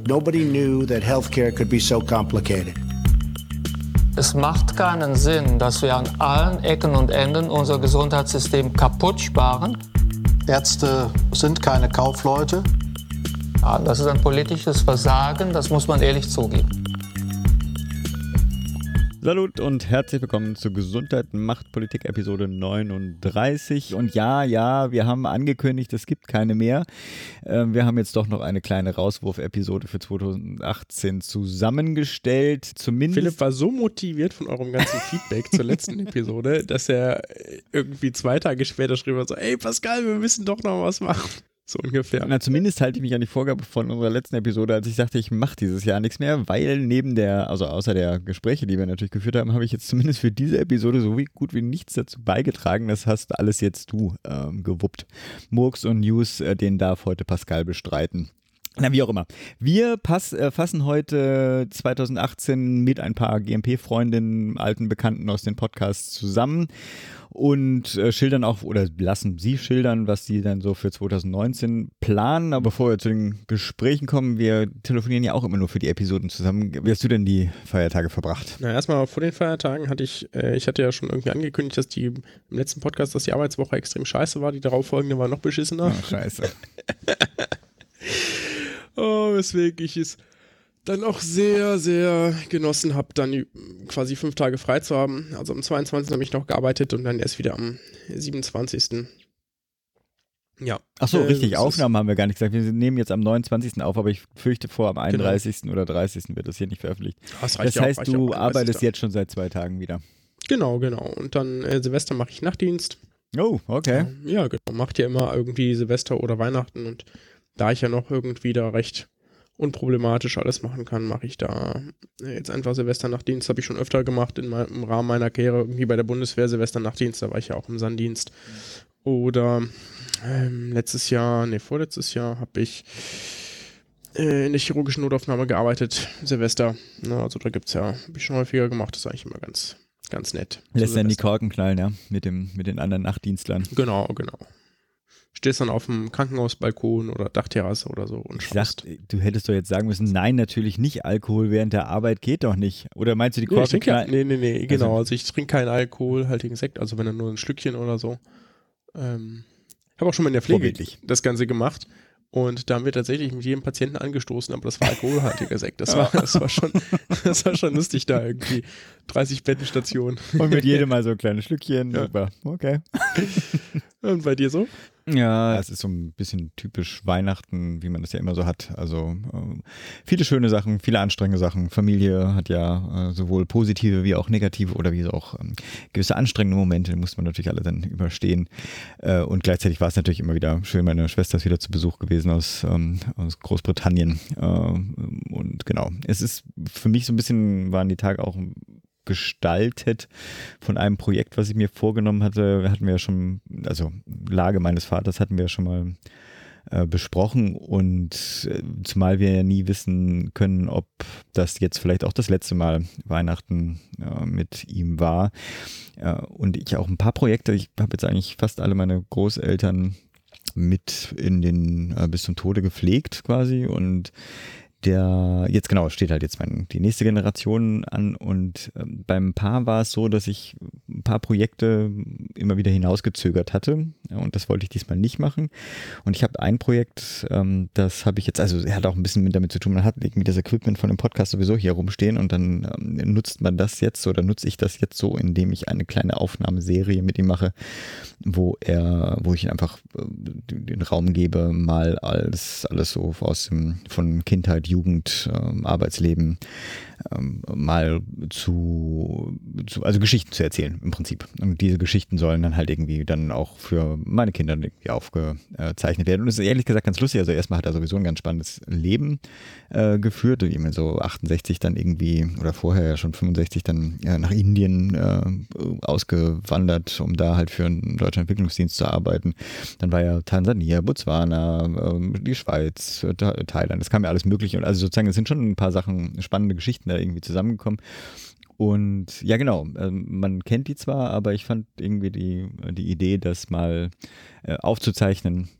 Nobody knew that healthcare could be so complicated. Es macht keinen Sinn, dass wir an allen Ecken und Enden unser Gesundheitssystem kaputt sparen. Ärzte sind keine Kaufleute. Ja, das ist ein politisches Versagen, das muss man ehrlich zugeben. Salut und herzlich willkommen zu Gesundheit macht Politik Episode 39. Und ja, wir haben angekündigt, es gibt keine mehr. Wir haben jetzt doch noch eine kleine Rauswurf-Episode für 2018 zusammengestellt. Zumindest Philipp war so motiviert von eurem ganzen Feedback zur letzten Episode, dass er irgendwie 2 Tage später schrieb, so, ey Pascal, wir müssen doch noch was machen. So ungefähr. Na, zumindest halte ich mich an die Vorgabe von unserer letzten Episode, als ich sagte, ich mache dieses Jahr nichts mehr, weil außer der Gespräche, die wir natürlich geführt haben, habe ich jetzt zumindest für diese Episode so gut wie nichts dazu beigetragen. Das hast alles jetzt du gewuppt. Murks und News, den darf heute Pascal bestreiten. Na, wie auch immer. Wir fassen heute 2018 mit ein paar GMP-Freundinnen, alten Bekannten aus den Podcasts zusammen und schildern auch, oder lassen sie schildern, was sie dann so für 2019 planen. Aber bevor wir zu den Gesprächen kommen, wir telefonieren ja auch immer nur für die Episoden zusammen. Wie hast du denn die Feiertage verbracht? Na, erstmal vor den Feiertagen hatte ich hatte ja schon irgendwie angekündigt, dass im letzten Podcast, dass die Arbeitswoche extrem scheiße war. Die darauffolgende war noch beschissener. Oh, scheiße. Weswegen ich es dann auch sehr, sehr genossen habe, dann quasi 5 Tage frei zu haben. Also am 22. habe ich noch gearbeitet und dann erst wieder am 27. Ja. Ach so, richtig, Aufnahmen haben wir gar nicht gesagt. Wir nehmen jetzt am 29. auf, aber ich fürchte am 31. oder 30. wird das hier nicht veröffentlicht. Das heißt, du arbeitest jetzt schon seit 2 Tagen wieder. Genau. Und dann Silvester mache ich Nachtdienst. Oh, okay. Ja, genau. Macht ja immer irgendwie Silvester oder Weihnachten und da ich ja noch irgendwie da recht unproblematisch alles machen kann, mache ich da jetzt einfach Silvesternachtdienst. Habe ich schon öfter gemacht im Rahmen meiner Karriere, irgendwie bei der Bundeswehr Silvesternachtdienst, da war ich ja auch im Sanddienst. Oder vorletztes Jahr habe ich in der chirurgischen Notaufnahme gearbeitet, Silvester. Na, also da gibt's ja, habe ich schon häufiger gemacht, das ist eigentlich immer ganz nett. Lässt dann die Korken knallen, ja, mit den anderen Nachtdienstlern. Genau. Stehst dann auf dem Krankenhausbalkon oder Dachterrasse oder so und schaust. Du hättest doch jetzt sagen müssen, nein, natürlich nicht, Alkohol während der Arbeit geht doch nicht. Oder meinst du die Korken? Nee, genau. Also ich trinke keinen alkoholhaltigen Sekt, also wenn dann nur ein Schlückchen oder so. Habe auch schon mal in der Pflege das Ganze gemacht und da haben wir tatsächlich mit jedem Patienten angestoßen, aber das war alkoholhaltiger Sekt. Das war schon lustig da irgendwie. 30 Bettenstationen. Und mit jedem mal so kleine Schlückchen. Ja. Super, okay. Und bei dir so? Ja, es ist so ein bisschen typisch Weihnachten, wie man das ja immer so hat. Also viele schöne Sachen, viele anstrengende Sachen. Familie hat ja sowohl positive wie auch negative oder wie auch gewisse anstrengende Momente, die muss man natürlich alle dann überstehen. Und gleichzeitig war es natürlich immer wieder schön, meine Schwester ist wieder zu Besuch gewesen aus Großbritannien. Und genau, es ist für mich so ein bisschen, waren die Tage auch gestaltet von einem Projekt, was ich mir vorgenommen hatte. Hatten wir ja schon, also Lage meines Vaters hatten wir ja schon mal besprochen und zumal wir ja nie wissen können, ob das jetzt vielleicht auch das letzte Mal Weihnachten mit ihm war. Und ich auch ein paar Projekte, ich habe jetzt eigentlich fast alle meine Großeltern mit bis zum Tode gepflegt quasi und steht halt jetzt die nächste Generation an und beim Paar war es so, dass ich ein paar Projekte immer wieder hinausgezögert hatte und das wollte ich diesmal nicht machen und ich habe ein Projekt, das habe ich jetzt, also er hat auch ein bisschen damit zu tun, man hat irgendwie das Equipment von dem Podcast sowieso hier rumstehen und dann nutze ich das jetzt so, indem ich eine kleine Aufnahmeserie mit ihm mache, wo ich ihm einfach den Raum gebe, mal alles so von Kindheit, Jugend, Arbeitsleben mal also Geschichten zu erzählen im Prinzip. Und diese Geschichten sollen dann halt irgendwie dann auch für meine Kinder irgendwie aufgezeichnet werden. Und es ist ehrlich gesagt ganz lustig. Also erstmal hat er sowieso ein ganz spannendes Leben geführt. Eben so 68 dann irgendwie oder vorher ja schon 65 dann nach Indien ausgewandert, um da halt für einen deutschen Entwicklungsdienst zu arbeiten. Dann war ja Tansania, Botswana, die Schweiz, Thailand. Es kam ja alles Mögliche. Und also sozusagen, es sind schon ein paar Sachen, spannende Geschichten da irgendwie zusammengekommen. Und ja, genau, man kennt die zwar, aber ich fand irgendwie die Idee, das mal aufzuzeichnen,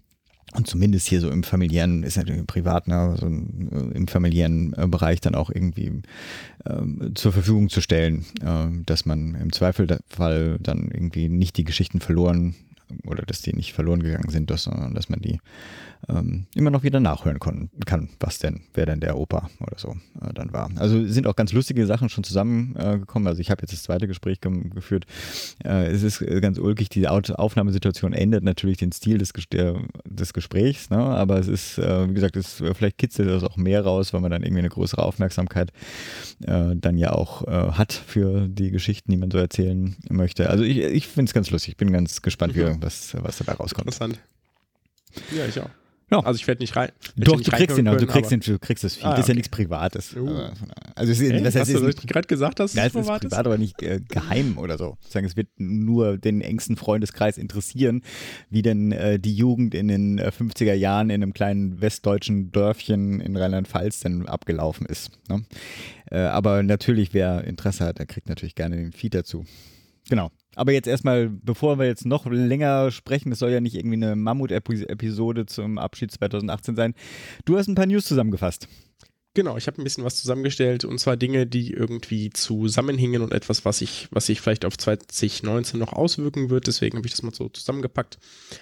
Und zumindest hier so im familiären, ist natürlich privat, ne, so im familiären Bereich dann auch irgendwie zur Verfügung zu stellen, dass man im Zweifelsfall dann irgendwie nicht die Geschichten verloren oder dass die nicht verloren gegangen sind, sondern dass man die immer noch wieder nachhören kann, wer denn der Opa oder so dann war. Also sind auch ganz lustige Sachen schon zusammengekommen. Also ich habe jetzt das zweite Gespräch geführt. Es ist ganz ulkig, die Aufnahmesituation ändert natürlich den Stil des Gesprächs, ne? Aber es ist, wie gesagt, vielleicht kitzelt das auch mehr raus, weil man dann irgendwie eine größere Aufmerksamkeit dann ja auch hat für die Geschichten, die man so erzählen möchte. Also ich finde es ganz lustig. Ich bin ganz gespannt, was dabei rauskommt. Interessant. Ja, ich auch. Ja. Also ich werde nicht rein. Doch, du kriegst das Feed. Das ist ja nichts Privates. Also hast du gerade gesagt, dass es ist privat, aber nicht geheim oder so. Es wird nur den engsten Freundeskreis interessieren, wie denn die Jugend in den 50er Jahren in einem kleinen westdeutschen Dörfchen in Rheinland-Pfalz denn abgelaufen ist. Ne? Aber natürlich, wer Interesse hat, der kriegt natürlich gerne den Feed dazu. Genau. Aber jetzt erstmal, bevor wir jetzt noch länger sprechen, es soll ja nicht irgendwie eine Mammut-Episode zum Abschied 2018 sein. Du hast ein paar News zusammengefasst. Genau, ich habe ein bisschen was zusammengestellt und zwar Dinge, die irgendwie zusammenhingen und etwas, was sich vielleicht auf 2019 noch auswirken wird. Deswegen habe ich das mal so zusammengepackt.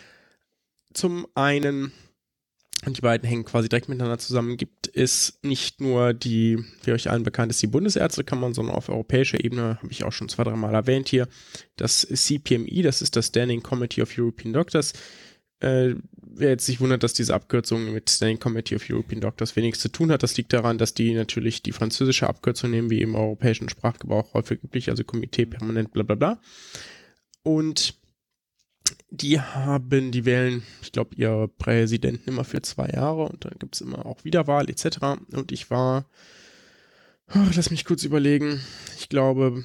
Zum einen, und die beiden hängen quasi direkt miteinander zusammen, gibt es nicht nur die, wie euch allen bekannt ist, die Bundesärztekammer, sondern auf europäischer Ebene, habe ich auch schon 2-3 Mal erwähnt hier, das CPMI, das ist das Standing Committee of European Doctors. Wer jetzt sich wundert, dass diese Abkürzung mit Standing Committee of European Doctors wenig zu tun hat, das liegt daran, dass die natürlich die französische Abkürzung nehmen, wie im europäischen Sprachgebrauch häufig üblich, also Komitee permanent bla bla bla. Und die wählen, ich glaube, ihre Präsidenten immer für 2 Jahre und dann gibt es immer auch Wiederwahl etc. Und ich war, lass mich kurz überlegen, ich glaube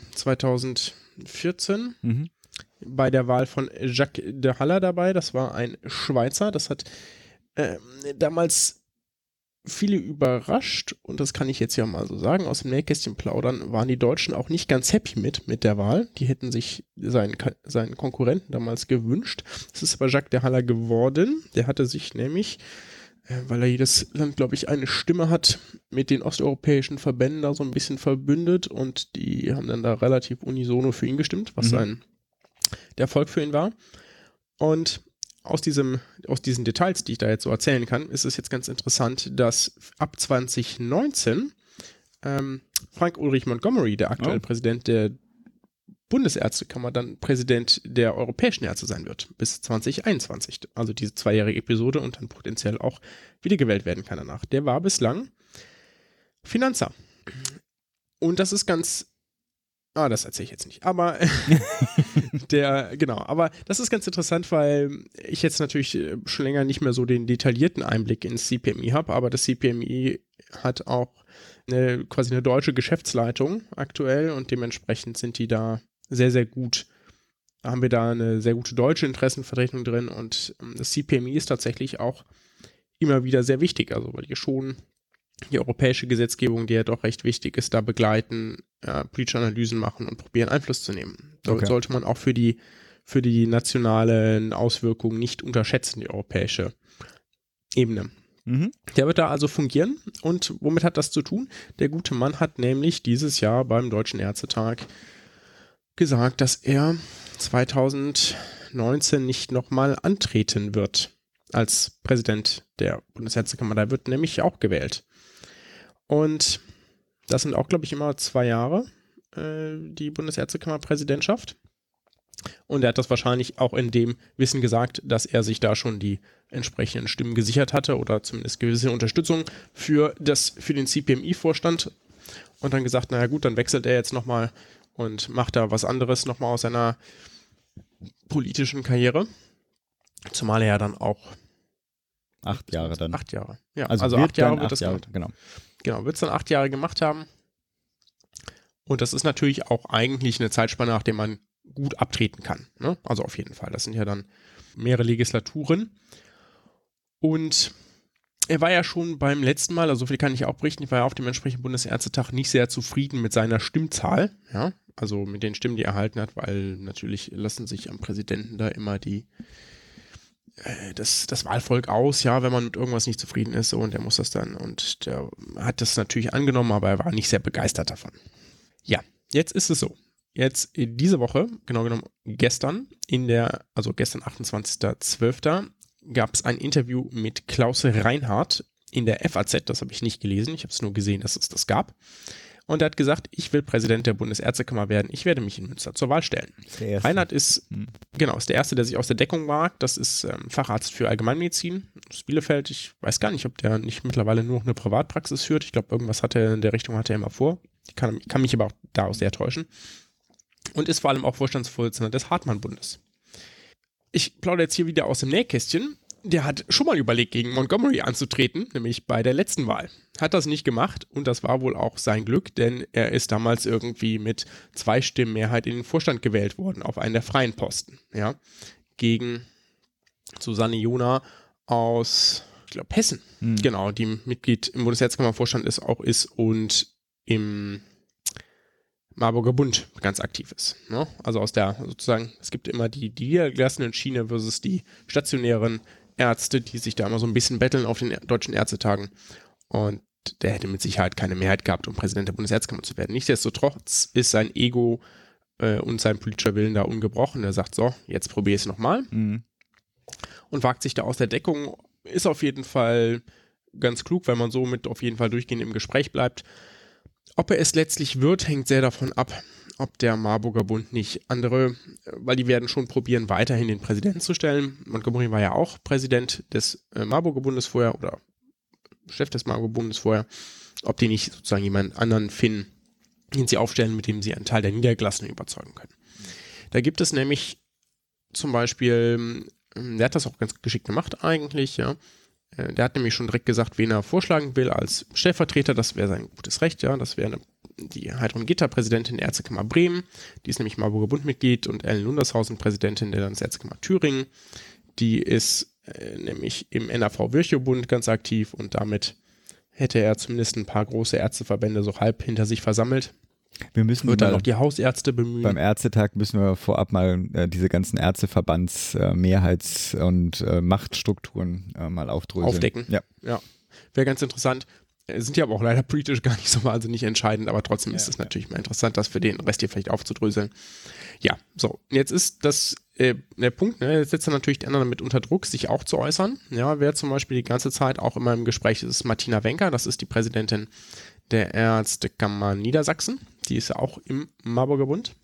2014 bei der Wahl von Jacques de Haller dabei. Das war ein Schweizer, das hat damals viele überrascht und das kann ich jetzt ja mal so sagen, aus dem Nähkästchen plaudern, waren die Deutschen auch nicht ganz happy mit der Wahl. Die hätten sich seinen Konkurrenten damals gewünscht. Das ist aber Jacques de Haller geworden. Der hatte sich nämlich, weil er jedes Land, glaube ich, eine Stimme hat, mit den osteuropäischen Verbänden da so ein bisschen verbündet und die haben dann da relativ unisono für ihn gestimmt, was der Erfolg für ihn war. Und aus diesen Details, die ich da jetzt so erzählen kann, ist es jetzt ganz interessant, dass ab 2019 Frank Ulrich Montgomery, der aktuelle Präsident der Bundesärztekammer, dann Präsident der Europäischen Ärzte sein wird, bis 2021. Also diese 2-jährige Episode und dann potenziell auch wiedergewählt werden kann danach. Der war bislang Finanzer. Und das ist ganz das erzähle ich jetzt nicht. Aber aber das ist ganz interessant, weil ich jetzt natürlich schon länger nicht mehr so den detaillierten Einblick ins CPMI habe, aber das CPMI hat auch quasi eine deutsche Geschäftsleitung aktuell und dementsprechend sind die da sehr, sehr gut, haben wir da eine sehr gute deutsche Interessenvertretung drin und das CPMI ist tatsächlich auch immer wieder sehr wichtig, also weil die schon die europäische Gesetzgebung, die ja doch recht wichtig ist, da begleiten, politische Analysen machen und probieren Einfluss zu nehmen. Damit sollte man auch für die nationalen Auswirkungen nicht unterschätzen, die europäische Ebene. Der wird da also fungieren und womit hat das zu tun? Der gute Mann hat nämlich dieses Jahr beim Deutschen Ärztetag gesagt, dass er 2019 nicht nochmal antreten wird als Präsident der Bundesärztekammer. Da wird nämlich auch gewählt. Und das sind auch, glaube ich, immer 2 Jahre, die Bundesärztekammer-Präsidentschaft. Und er hat das wahrscheinlich auch in dem Wissen gesagt, dass er sich da schon die entsprechenden Stimmen gesichert hatte oder zumindest gewisse Unterstützung für den CPMI-Vorstand. Und dann gesagt, naja gut, dann wechselt er jetzt nochmal und macht da was anderes nochmal aus seiner politischen Karriere. Zumal er ja dann auch 8 Jahre dann. 8 Jahre. Ja, also 8 Jahre wird das gemacht. Genau, wird es dann 8 Jahre gemacht haben. Und das ist natürlich auch eigentlich eine Zeitspanne, nach der man gut abtreten kann. Ne? Also auf jeden Fall. Das sind ja dann mehrere Legislaturen. Und er war ja schon beim letzten Mal, also so viel kann ich auch berichten, ich war ja auf dem entsprechenden Bundesärztetag nicht sehr zufrieden mit seiner Stimmzahl. Ja? Also mit den Stimmen, die er erhalten hat, weil natürlich lassen sich am Präsidenten da immer die das Wahlvolk aus, ja, wenn man mit irgendwas nicht zufrieden ist, so, und der muss das dann, und der hat das natürlich angenommen, aber er war nicht sehr begeistert davon. Ja, jetzt ist es so. Jetzt diese Woche, genau genommen gestern, gestern 28.12., gab es ein Interview mit Klaus Reinhardt in der FAZ, das habe ich nicht gelesen, ich habe es nur gesehen, dass es das gab. Und er hat gesagt, ich will Präsident der Bundesärztekammer werden, ich werde mich in Münster zur Wahl stellen. Reinhardt ist der Erste, der sich aus der Deckung wagt. Das ist Facharzt für Allgemeinmedizin aus Bielefeld. Ich weiß gar nicht, ob der nicht mittlerweile nur noch eine Privatpraxis führt. Ich glaube, irgendwas in der Richtung hatte er immer vor. Ich kann mich aber auch daraus sehr täuschen. Und ist vor allem auch Vorstandsvorsitzender des Hartmann-Bundes. Ich plaudere jetzt hier wieder aus dem Nähkästchen. Der hat schon mal überlegt, gegen Montgomery anzutreten, nämlich bei der letzten Wahl. Hat das nicht gemacht und das war wohl auch sein Glück, denn er ist damals irgendwie mit 2 Stimmen Mehrheit in den Vorstand gewählt worden, auf einen der freien Posten. Ja, gegen Susanne Jona aus, ich glaube, Hessen. Genau, die Mitglied im Bundesärztekammervorstand ist und im Marburger Bund ganz aktiv ist. Ne? Also aus der, sozusagen, es gibt immer die niedergelassenen Schiene versus die stationären Ärzte, die sich da immer so ein bisschen betteln auf den deutschen Ärztetagen. Und der hätte mit Sicherheit keine Mehrheit gehabt, um Präsident der Bundesärztekammer zu werden. Nichtsdestotrotz ist sein Ego und sein politischer Willen da ungebrochen. Er sagt so, jetzt probiere ich es nochmal. Und wagt sich da aus der Deckung. Ist auf jeden Fall ganz klug, weil man so mit auf jeden Fall durchgehend im Gespräch bleibt. Ob er es letztlich wird, hängt sehr davon ab, ob der Marburger Bund nicht andere, weil die werden schon probieren, weiterhin den Präsidenten zu stellen. Montgomery war ja auch Präsident des Marburger Bundes vorher oder Chef des Marburger Bundes vorher, ob die nicht sozusagen jemanden anderen finden, den sie aufstellen, mit dem sie einen Teil der Niedergelassenen überzeugen können. Da gibt es nämlich zum Beispiel, der hat das auch ganz geschickt gemacht eigentlich, ja. Der hat nämlich schon direkt gesagt, wen er vorschlagen will als Stellvertreter, das wäre sein gutes Recht, ja, das wäre die Heidrun Gitter, Präsidentin der Ärztekammer Bremen, die ist nämlich Marburger Bundmitglied, und Ellen Lundershausen, Präsidentin der Landesärztekammer Thüringen, die ist nämlich im NAV-Virchow-Bund ganz aktiv, und damit hätte er zumindest ein paar große Ärzteverbände so halb hinter sich versammelt. Wird dann noch die Hausärzte bemühen. Beim Ärztetag müssen wir vorab mal diese ganzen Ärzteverbands-Mehrheits- und Machtstrukturen mal aufdröseln. Aufdecken. Ja. Wäre ganz interessant. Sind ja aber auch leider politisch gar nicht so wahnsinnig entscheidend, aber trotzdem ist es natürlich mal interessant, das für den Rest hier vielleicht aufzudröseln. Ja, so. Jetzt ist das der Punkt, ne, jetzt setzt er natürlich die anderen mit unter Druck, sich auch zu äußern. Ja, wer zum Beispiel die ganze Zeit auch immer im Gespräch ist Martina Wencker, das ist die Präsidentin der Ärztekammer Niedersachsen. Die ist ja auch im Marburger Bund.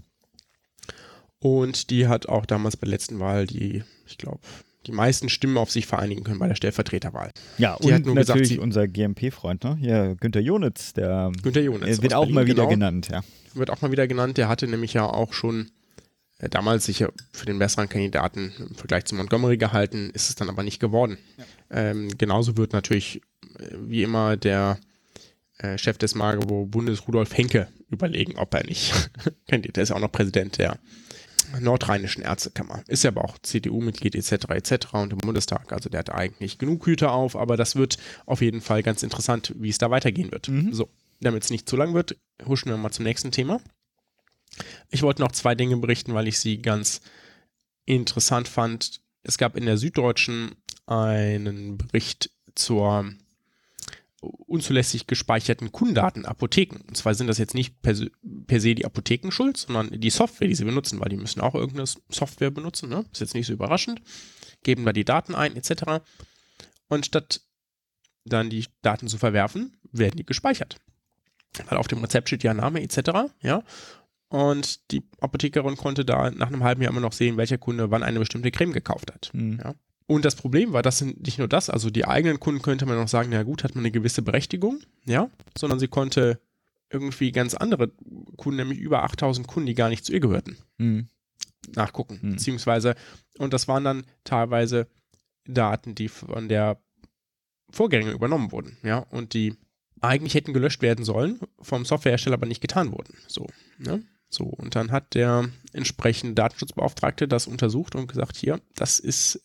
Und die hat auch damals bei der letzten Wahl die meisten Stimmen auf sich vereinigen können bei der Stellvertreterwahl. Ja, die und hat nur natürlich gesagt, unser GMP-Freund, ne? Hier, Günther Jonitz, wird auch Berlin, mal wieder genau, genannt. Ja. Wird auch mal wieder genannt. Der hatte nämlich ja auch schon damals sicher für den besseren Kandidaten im Vergleich zu Montgomery gehalten, ist es dann aber nicht geworden. Ja. Genauso wird natürlich wie immer der Chef des Marburger Bundes, Rudolf Henke, überlegen, ob er nicht kandidiert. Der ist ja auch noch Präsident der nordrheinischen Ärztekammer. Ist ja aber auch CDU-Mitglied etc. und im Bundestag. Also der hat eigentlich genug Hüte auf, aber das wird auf jeden Fall ganz interessant, wie es da weitergehen wird. So, damit es nicht zu lang wird, huschen wir mal zum nächsten Thema. Ich wollte noch 2 Dinge berichten, weil ich sie ganz interessant fand. Es gab in der Süddeutschen einen Bericht zur unzulässig gespeicherten Kundendaten Apotheken. Und zwar sind das jetzt nicht per se die Apotheken schuld, sondern die Software, die sie benutzen, weil die müssen auch irgendeine Software benutzen, ne? Ist jetzt nicht so überraschend. Geben da die Daten ein, etc. Und statt dann die Daten zu verwerfen, werden die gespeichert. Weil auf dem Rezept steht ja Name, etc. Ja. Und die Apothekerin konnte da nach einem halben Jahr immer noch sehen, welcher Kunde wann eine bestimmte Creme gekauft hat. Ja. Und das Problem war, das sind nicht nur das, also die eigenen Kunden könnte man noch sagen, na gut, hat man eine gewisse Berechtigung, ja, sondern sie konnte irgendwie ganz andere Kunden, nämlich über 8000 Kunden, die gar nicht zu ihr gehörten, nachgucken, beziehungsweise, und das waren dann teilweise Daten, die von der Vorgängerin übernommen wurden, ja, und die eigentlich hätten gelöscht werden sollen, vom Softwarehersteller aber nicht getan wurden, so, ne. So, und dann hat der entsprechende Datenschutzbeauftragte das untersucht und gesagt, hier, das ist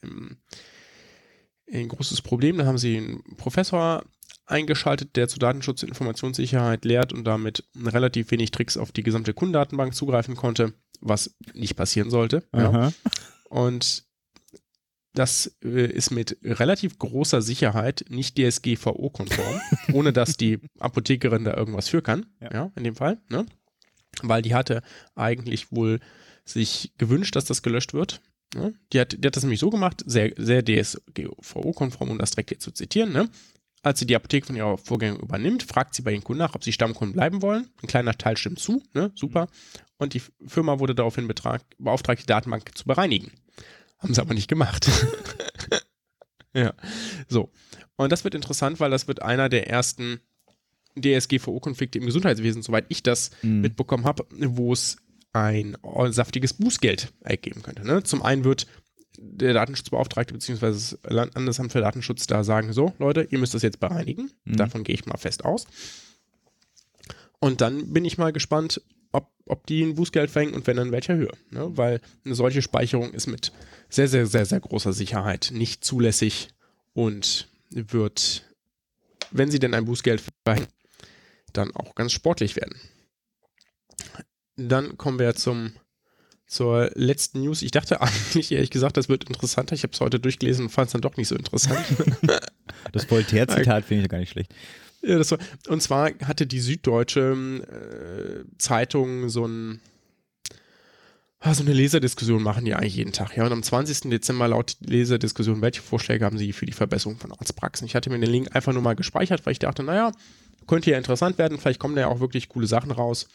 ein großes Problem. Da haben sie einen Professor eingeschaltet, der zu Datenschutz und Informationssicherheit lehrt und damit relativ wenig Tricks auf die gesamte Kundendatenbank zugreifen konnte, was nicht passieren sollte. Ja. Und das ist mit relativ großer Sicherheit nicht DSGVO-konform, ohne dass die Apothekerin da irgendwas für kann, ja in dem Fall, ne? Weil die hatte eigentlich wohl sich gewünscht, dass das gelöscht wird. Ne? Die hat das nämlich so gemacht, sehr, sehr DSGVO-konform, um das direkt hier zu zitieren, ne? Als sie die Apotheke von ihrer Vorgängerin übernimmt, fragt sie bei ihren Kunden nach, ob sie Stammkunden bleiben wollen. Ein kleiner Teil stimmt zu, ne? Super. Und die Firma wurde daraufhin beauftragt, die Datenbank zu bereinigen. Haben sie aber nicht gemacht. Ja, so. Und das wird interessant, weil das wird einer der ersten DSGVO-Konflikte im Gesundheitswesen, soweit ich das mitbekommen habe, wo es ein saftiges Bußgeld ergeben könnte. Ne? Zum einen wird der Datenschutzbeauftragte bzw. das Landesamt für Datenschutz da sagen, so Leute, ihr müsst das jetzt bereinigen. Davon gehe ich mal fest aus. Und dann bin ich mal gespannt, ob die ein Bußgeld verhängen und wenn, dann in welcher Höhe. Ne? Weil eine solche Speicherung ist mit sehr, sehr, sehr, sehr großer Sicherheit nicht zulässig und wird, wenn sie denn ein Bußgeld verhängen, dann auch ganz sportlich werden. Dann kommen wir zur letzten News. Ich dachte eigentlich, ehrlich gesagt, das wird interessanter. Ich habe es heute durchgelesen und fand es dann doch nicht so interessant. Das Voltaire-Zitat finde ich gar nicht schlecht. Ja, und zwar hatte die Süddeutsche Zeitung so eine Leserdiskussion machen die eigentlich jeden Tag. Ja, und am 20. Dezember laut Leserdiskussion, welche Vorschläge haben sie für die Verbesserung von Arztpraxen? Ich hatte mir den Link einfach nur mal gespeichert, weil ich dachte, naja, könnte ja interessant werden, vielleicht kommen da ja auch wirklich coole Sachen raus.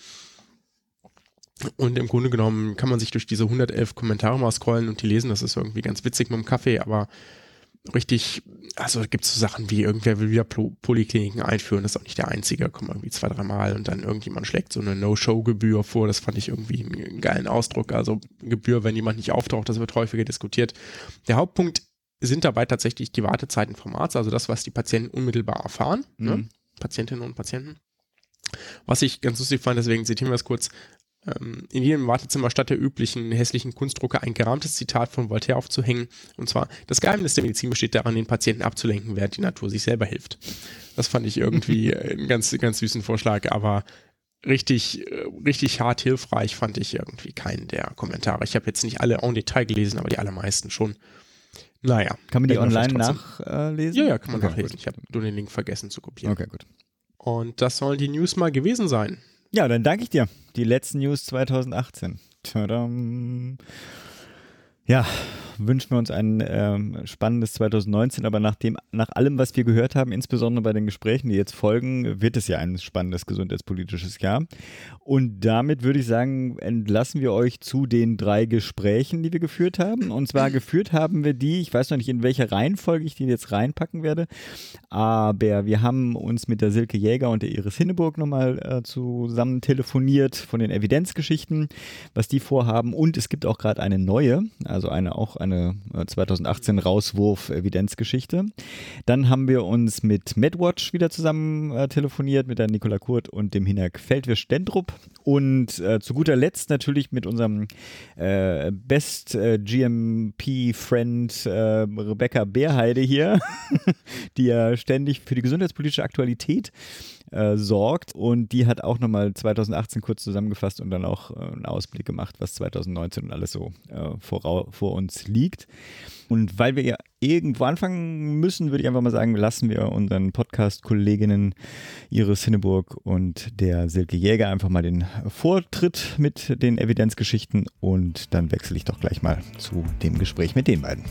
Und im Grunde genommen kann man sich durch diese 111 Kommentare mal scrollen und die lesen, das ist irgendwie ganz witzig mit dem Kaffee, aber richtig, also gibt es so Sachen wie irgendwer will wieder Polikliniken einführen, das ist auch nicht der einzige, kommen irgendwie 2-3 Mal und dann irgendjemand schlägt so eine No-Show-Gebühr vor, das fand ich irgendwie einen geilen Ausdruck, also Gebühr, wenn jemand nicht auftaucht, das wird häufiger diskutiert. Der Hauptpunkt sind dabei tatsächlich die Wartezeiten vom Arzt, also das, was die Patienten unmittelbar erfahren, ne? Patientinnen und Patienten. Was ich ganz lustig fand, deswegen zitieren wir es kurz, in jedem Wartezimmer statt der üblichen hässlichen Kunstdrucke ein gerahmtes Zitat von Voltaire aufzuhängen. Und zwar, das Geheimnis der Medizin besteht darin, den Patienten abzulenken, während die Natur sich selber hilft. Das fand ich irgendwie einen ganz, ganz süßen Vorschlag, aber richtig, richtig hart hilfreich fand ich irgendwie keinen der Kommentare. Ich habe jetzt nicht alle en Detail gelesen, aber die allermeisten schon. Naja. Kann man die online nachlesen? Ja, kann man nachlesen. Ich habe nur den Link vergessen zu kopieren. Okay, gut. Und das sollen die News mal gewesen sein. Ja, dann danke ich dir. Die letzten News 2018. Tadam. Ja, wünschen wir uns ein spannendes 2019, aber nach allem, was wir gehört haben, insbesondere bei den Gesprächen, die jetzt folgen, wird es ja ein spannendes gesundheitspolitisches Jahr. Und damit würde ich sagen, entlassen wir euch zu den 3 Gesprächen, die wir geführt haben. Und zwar geführt haben wir die, ich weiß noch nicht, in welcher Reihenfolge ich die jetzt reinpacken werde, aber wir haben uns mit der Silke Jäger und der Iris Hinneburg nochmal zusammen telefoniert von den Evidenzgeschichten, was die vorhaben. Und es gibt auch gerade eine neue, also eine 2018 Rauswurf-Evidenzgeschichte. Dann haben wir uns mit MedWatch wieder zusammen telefoniert, mit der Nicola Kurt und dem Hinak Feldwisch-Dendrup. Und zu guter Letzt natürlich mit unserem Best GMP-Friend Rebecca Beerheide hier, die ja ständig für die gesundheitspolitische Aktualität sorgt, und die hat auch nochmal 2018 kurz zusammengefasst und dann auch einen Ausblick gemacht, was 2019 und alles so vor uns liegt. Und weil wir ja irgendwo anfangen müssen, würde ich einfach mal sagen, lassen wir unseren Podcast-Kolleginnen Iris Hinneburg und der Silke Jäger einfach mal den Vortritt mit den Evidenzgeschichten, und dann wechsle ich doch gleich mal zu dem Gespräch mit den beiden.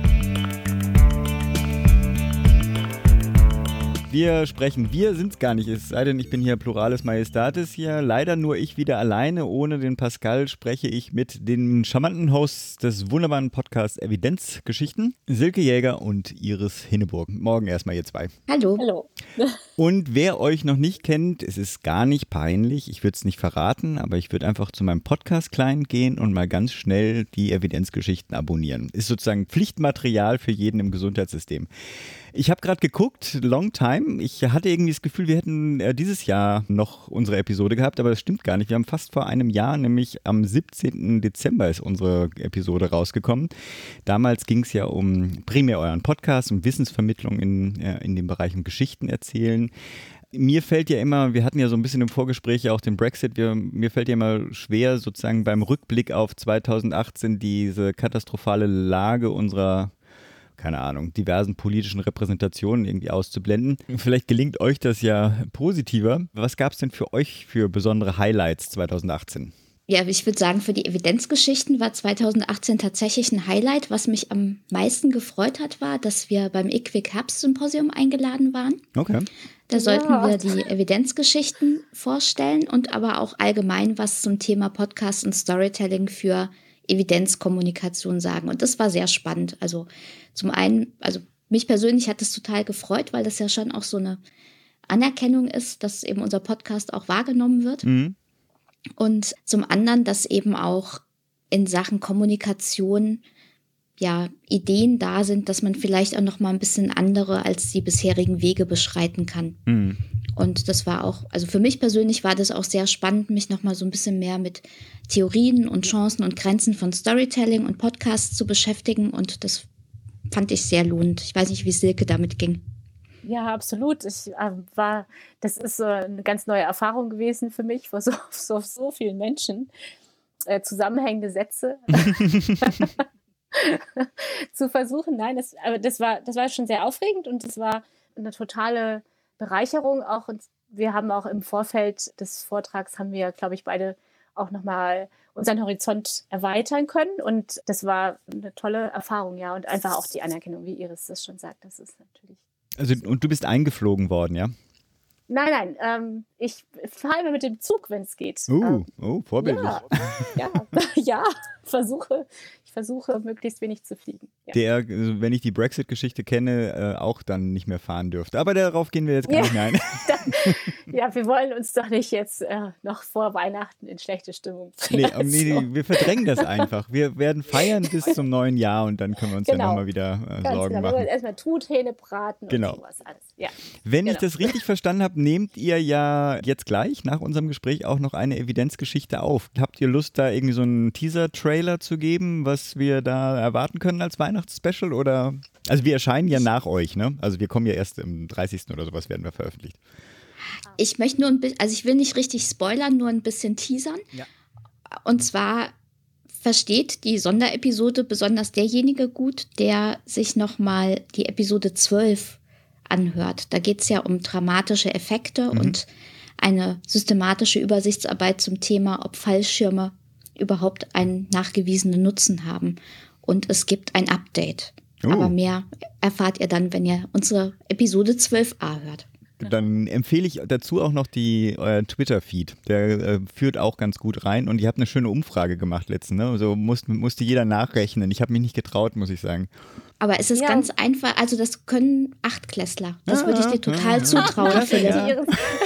Wir sind es gar nicht, es sei denn, ich bin hier Pluralis Majestatis hier. Leider nur ich wieder alleine, ohne den Pascal spreche ich mit den charmanten Hosts des wunderbaren Podcasts Evidenzgeschichten, Silke Jäger und Iris Hinneburg. Morgen erstmal ihr 2. Hallo. Hallo. Und wer euch noch nicht kennt, es ist gar nicht peinlich, ich würde es nicht verraten, aber ich würde einfach zu meinem Podcast-Client gehen und mal ganz schnell die Evidenzgeschichten abonnieren. Ist sozusagen Pflichtmaterial für jeden im Gesundheitssystem. Ich habe gerade geguckt, long time. Ich hatte irgendwie das Gefühl, wir hätten dieses Jahr noch unsere Episode gehabt, aber das stimmt gar nicht. Wir haben fast vor einem Jahr, nämlich am 17. Dezember ist unsere Episode rausgekommen. Damals ging es ja um primär euren Podcast, um Wissensvermittlung in dem Bereich um Geschichten erzählen. Mir fällt ja immer, wir hatten ja so ein bisschen im Vorgespräch ja auch den Brexit, mir fällt ja immer schwer, sozusagen beim Rückblick auf 2018 diese katastrophale Lage unserer keine Ahnung, diversen politischen Repräsentationen irgendwie auszublenden. Vielleicht gelingt euch das ja positiver. Was gab es denn für euch für besondere Highlights 2018? Ja, ich würde sagen, für die Evidenzgeschichten war 2018 tatsächlich ein Highlight. Was mich am meisten gefreut hat, war, dass wir beim IQWiC Herbstsymposium eingeladen waren. Okay. Da sollten wir die Evidenzgeschichten vorstellen und aber auch allgemein was zum Thema Podcast und Storytelling für Evidenzkommunikation sagen. Und das war sehr spannend. Also zum einen, also mich persönlich hat es total gefreut, weil das ja schon auch so eine Anerkennung ist, dass eben unser Podcast auch wahrgenommen wird. Mhm. Und zum anderen, dass eben auch in Sachen Kommunikation ja Ideen da sind, dass man vielleicht auch noch mal ein bisschen andere als die bisherigen Wege beschreiten kann. Mhm. Und das war auch, also für mich persönlich war das auch sehr spannend, mich noch mal so ein bisschen mehr mit Theorien und Chancen und Grenzen von Storytelling und Podcasts zu beschäftigen. Und das fand ich sehr lohnend. Ich weiß nicht, wie Silke damit ging. Ja, absolut. Das ist eine ganz neue Erfahrung gewesen für mich, vor so vielen Menschen zusammenhängende Sätze zu versuchen. Nein, das war schon sehr aufregend und das war eine totale Bereicherung auch. Und wir haben auch im Vorfeld des Vortrags haben wir, glaube ich, beide auch nochmal unseren Horizont erweitern können. Und das war eine tolle Erfahrung, ja. Und einfach auch die Anerkennung, wie Iris das schon sagt, das ist natürlich. Also, und du bist eingeflogen worden, ja? Nein, ich fahre immer mit dem Zug, wenn es geht. Vorbildlich. Ja, ich versuche möglichst wenig zu fliegen. Ja. Der, wenn ich die Brexit-Geschichte kenne, auch dann nicht mehr fahren dürfte. Aber darauf gehen wir jetzt gar nicht ein. Ja, wir wollen uns doch nicht jetzt noch vor Weihnachten in schlechte Stimmung bringen. Nee, wir verdrängen das einfach. Wir werden feiern bis zum neuen Jahr und dann können wir uns ja nochmal wieder Sorgen machen. Wir wollen erstmal Truthähne braten und sowas alles. Ja. Wenn ich das richtig verstanden habe, nehmt ihr ja jetzt gleich nach unserem Gespräch auch noch eine Evidenzgeschichte auf. Habt ihr Lust, da irgendwie so einen Teaser-Trailer zu geben, was wir da erwarten können als Weihnachtsspecial? Oder? Also wir erscheinen ja nach euch, ne? Also wir kommen ja erst am 30. oder sowas werden wir veröffentlicht. Ich möchte nur ein bisschen, also ich will nicht richtig spoilern, nur ein bisschen teasern. Ja. Und zwar versteht die Sonderepisode besonders derjenige gut, der sich nochmal die Episode 12 anhört. Da geht es ja um dramatische Effekte und eine systematische Übersichtsarbeit zum Thema, ob Fallschirme überhaupt einen nachgewiesenen Nutzen haben. Und es gibt ein Update. Aber mehr erfahrt ihr dann, wenn ihr unsere Episode 12a hört. Dann empfehle ich dazu auch noch euer Twitter-Feed. Der führt auch ganz gut rein. Und ihr habt eine schöne Umfrage gemacht letztens. Ne? So musste jeder nachrechnen. Ich habe mich nicht getraut, muss ich sagen. Aber es ist ganz einfach. Also das können Achtklässler. Das würde ich dir total zutrauen, Philipp.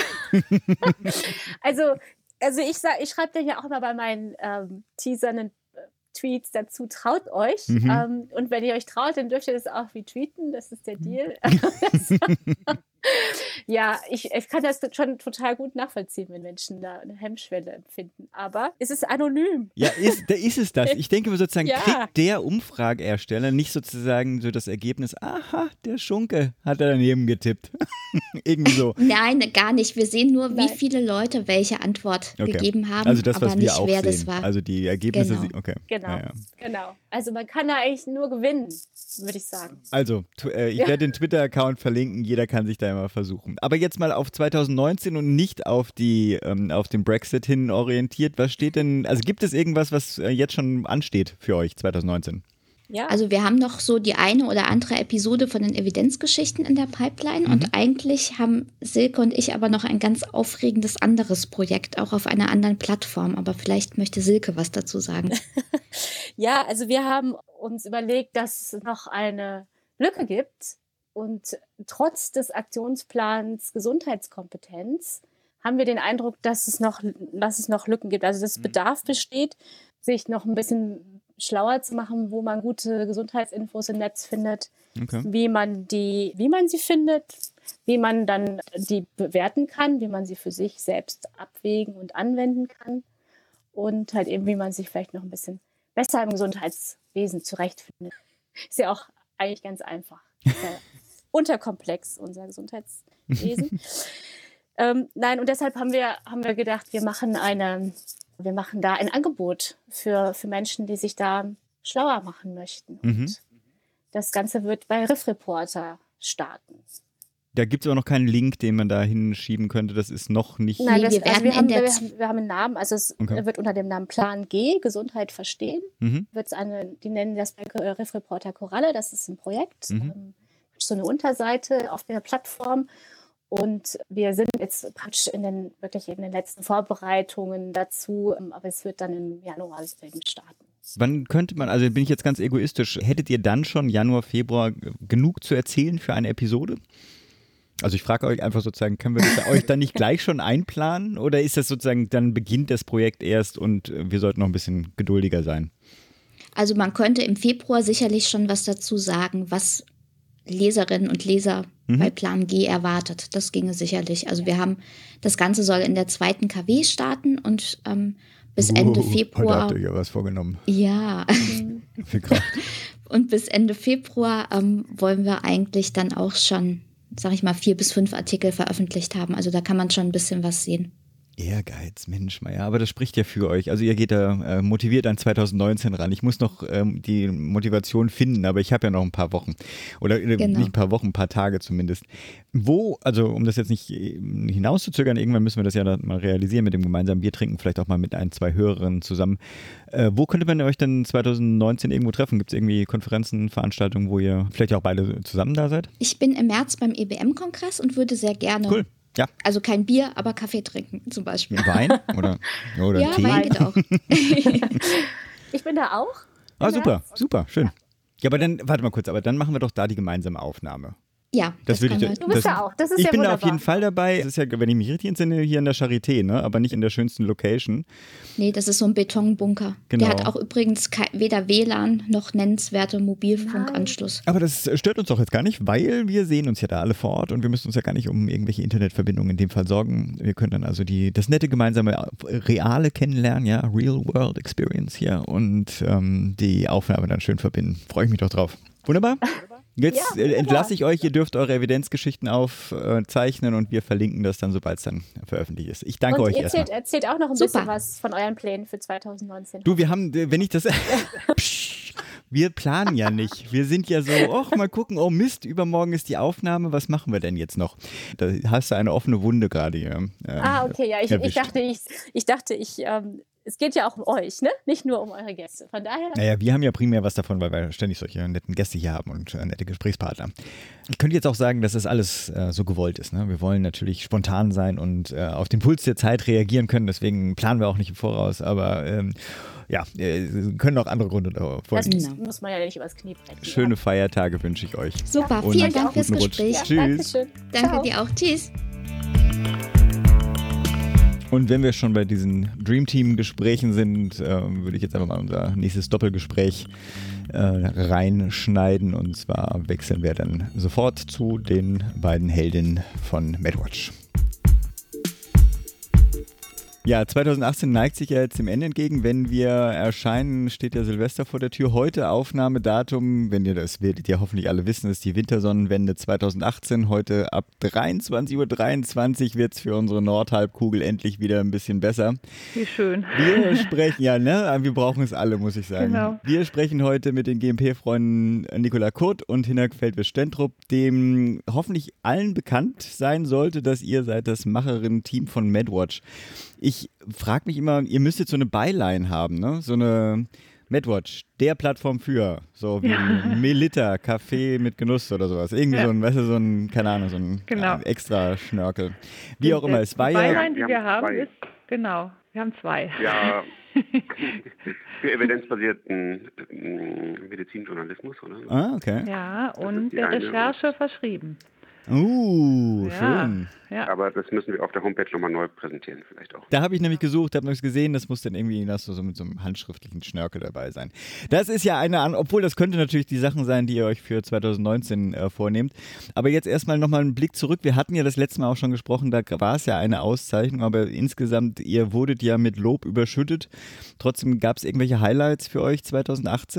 Also ich schreibe dir ja auch immer bei meinen teasernden Tweets dazu, traut euch. Und wenn ihr euch traut, dann dürft ihr das auch retweeten. Das ist der Deal. Ja, ich kann das schon total gut nachvollziehen, wenn Menschen da eine Hemmschwelle empfinden. Aber es ist anonym. Ja, da ist es das. Ich denke sozusagen, kriegt der Umfrageersteller nicht sozusagen so das Ergebnis, aha, der Schunke hat da daneben getippt. Irgendwie so. Nein, gar nicht. Wir sehen nur, wie viele Leute welche Antwort gegeben haben, also das, was aber wir nicht, auch wer sehen. das war. Also die Ergebnisse, Genau. Genau. Also man kann da eigentlich nur gewinnen, würde ich sagen. Also, ich werde den Twitter-Account verlinken, jeder kann sich da mal versuchen. Aber jetzt mal auf 2019 und nicht auf den Brexit hin orientiert. Was steht denn, also gibt es irgendwas, was jetzt schon ansteht für euch 2019? Ja. Also wir haben noch so die eine oder andere Episode von den Evidenzgeschichten in der Pipeline und eigentlich haben Silke und ich aber noch ein ganz aufregendes anderes Projekt, auch auf einer anderen Plattform. Aber vielleicht möchte Silke was dazu sagen. Ja, also wir haben uns überlegt, dass es noch eine Lücke gibt und trotz des Aktionsplans Gesundheitskompetenz haben wir den Eindruck, dass es noch Lücken gibt. Also dass Bedarf besteht, sich noch ein bisschen schlauer zu machen, wo man gute Gesundheitsinfos im Netz findet, wie man sie findet, wie man dann die bewerten kann, wie man sie für sich selbst abwägen und anwenden kann und halt eben, wie man sich vielleicht noch ein bisschen besser im Gesundheitswesen zurechtfindet. Ist ja auch eigentlich ganz einfach. Unterkomplex, unser Gesundheitswesen. Nein, und deshalb haben wir gedacht, wir machen da ein Angebot für Menschen, die sich da schlauer machen möchten und Das Ganze wird bei Riff Reporter starten. Da gibt es aber noch keinen Link, den man da hinschieben könnte. Das ist noch nicht... Nein, wir haben einen Namen. Also es wird unter dem Namen Plan G, Gesundheit verstehen. Die nennen das bei Riff Reporter Koralle. Das ist ein Projekt. So eine Unterseite auf der Plattform. Und wir sind jetzt praktisch in den letzten Vorbereitungen dazu. Aber es wird dann im Januar starten. Wann könnte man, also bin ich jetzt ganz egoistisch, hättet ihr dann schon Januar, Februar genug zu erzählen für eine Episode? Also ich frage euch einfach sozusagen, können wir das euch dann nicht gleich schon einplanen oder ist das sozusagen, dann beginnt das Projekt erst und wir sollten noch ein bisschen geduldiger sein? Also man könnte im Februar sicherlich schon was dazu sagen, was Leserinnen und Leser bei Plan G erwartet. Das ginge sicherlich. Also das Ganze soll in der 2. KW starten und bis Ende Februar. Heute habt ihr ja was vorgenommen. Ja. Viel Kraft. Und bis Ende Februar wollen wir eigentlich dann auch schon, sag ich mal, 4 bis 5 Artikel veröffentlicht haben. Also da kann man schon ein bisschen was sehen. Ehrgeiz, Mensch, Meier, aber das spricht ja für euch. Also ihr geht da motiviert an 2019 ran. Ich muss noch die Motivation finden, aber ich habe ja noch ein paar Wochen. Oder nicht ein paar Wochen, ein paar Tage zumindest. Wo, also um das jetzt nicht hinauszuzögern, irgendwann müssen wir das ja dann mal realisieren mit dem gemeinsamen Bier trinken, vielleicht auch mal mit 1, 2 Hörerinnen zusammen. Wo könnte man euch denn 2019 irgendwo treffen? Gibt es irgendwie Konferenzen, Veranstaltungen, wo ihr vielleicht auch beide zusammen da seid? Ich bin im März beim EBM-Kongress und würde sehr gerne... Cool. Ja. Also kein Bier, aber Kaffee trinken zum Beispiel. Wein oder ja, Tee? Wein geht auch. Ich bin da auch. Ah, super, schön. Ja, aber dann, warte mal kurz, aber dann machen wir doch da die gemeinsame Aufnahme. Ja, du bist ja auch. Das ist ich ja bin wunderbar. da auf jeden Fall dabei. Das ist ja, wenn ich mich richtig entsinne, hier in der Charité, ne? Aber nicht in der schönsten Location. Nee, das ist so ein Betonbunker. Genau. Der hat auch übrigens weder WLAN noch nennenswerte Mobilfunkanschluss. Aber das stört uns doch jetzt gar nicht, weil wir sehen uns ja da alle vor Ort und wir müssen uns ja gar nicht um irgendwelche Internetverbindungen in dem Fall sorgen. Wir können dann also das nette gemeinsame Reale kennenlernen, ja, Real World Experience hier und die Aufnahme dann schön verbinden. Freue ich mich doch drauf. Wunderbar. Jetzt entlasse ich euch, ihr dürft eure Evidenzgeschichten aufzeichnen und wir verlinken das dann, sobald es dann veröffentlicht ist. Ich danke euch erstmal. Erzählt auch noch ein bisschen was von euren Plänen für 2019. Du, wir haben, wenn ich das... Wir planen ja nicht. Wir sind ja so, mal gucken, oh Mist, übermorgen ist die Aufnahme, was machen wir denn jetzt noch? Da hast du eine offene Wunde gerade hier. Okay, ja, ich dachte, es geht ja auch um euch, ne? Nicht nur um eure Gäste. Von daher. Naja, wir haben ja primär was davon, weil wir ständig solche netten Gäste hier haben und nette Gesprächspartner. Ich könnte jetzt auch sagen, dass das alles so gewollt ist. Ne? Wir wollen natürlich spontan sein und auf den Puls der Zeit reagieren können. Deswegen planen wir auch nicht im Voraus. Aber können auch andere Gründe folgen. Das muss man ja nicht übers Knie brechen. Schöne Feiertage wünsche ich euch. Super, und vielen Dank fürs Gespräch. Ja, Tschüss. Danke dir auch. Tschüss. Und wenn wir schon bei diesen Dream Team Gesprächen sind, würde ich jetzt einfach mal unser nächstes Doppelgespräch reinschneiden. Und zwar wechseln wir dann sofort zu den beiden Heldinnen von MedWatch. Ja, 2018 neigt sich ja jetzt dem Ende entgegen. Wenn wir erscheinen, steht ja Silvester vor der Tür. Heute Aufnahmedatum, das werdet ihr hoffentlich alle wissen, ist die Wintersonnenwende 2018. Heute ab 23:23 Uhr wird es für unsere Nordhalbkugel endlich wieder ein bisschen besser. Wie schön. Wir sprechen, wir brauchen es alle, muss ich sagen. Genau. Wir sprechen heute mit den GMP-Freunden Nicola Kurt und Hinak Feldwisch-Stentrup, dem hoffentlich allen bekannt sein sollte, dass ihr seid das Macherin-Team von MedWatch. Ich frage mich immer, ihr müsst jetzt so eine Byline haben, ne? So eine MedWatch, der Plattform für, so wie Melita, Kaffee mit Genuss oder sowas. Irgendwie so ein, keine Ahnung, so ein extra Schnörkel. Wie auch immer, es war ja... Die Byline, die wir haben, ist, wir haben 2. Ja, für evidenzbasierten Medizinjournalismus, oder? Ah, okay. Ja, und der Recherche verschrieben. Schön. Ja. Aber das müssen wir auf der Homepage nochmal neu präsentieren, vielleicht auch. Da habe ich nämlich gesucht, habe nichts gesehen, das muss dann irgendwie so mit so einem handschriftlichen Schnörkel dabei sein. Das ist ja obwohl das könnte natürlich die Sachen sein, die ihr euch für 2019 vornehmt. Aber jetzt erstmal nochmal einen Blick zurück. Wir hatten ja das letzte Mal auch schon gesprochen, da war es ja eine Auszeichnung, aber insgesamt, ihr wurdet ja mit Lob überschüttet. Trotzdem gab es irgendwelche Highlights für euch 2018?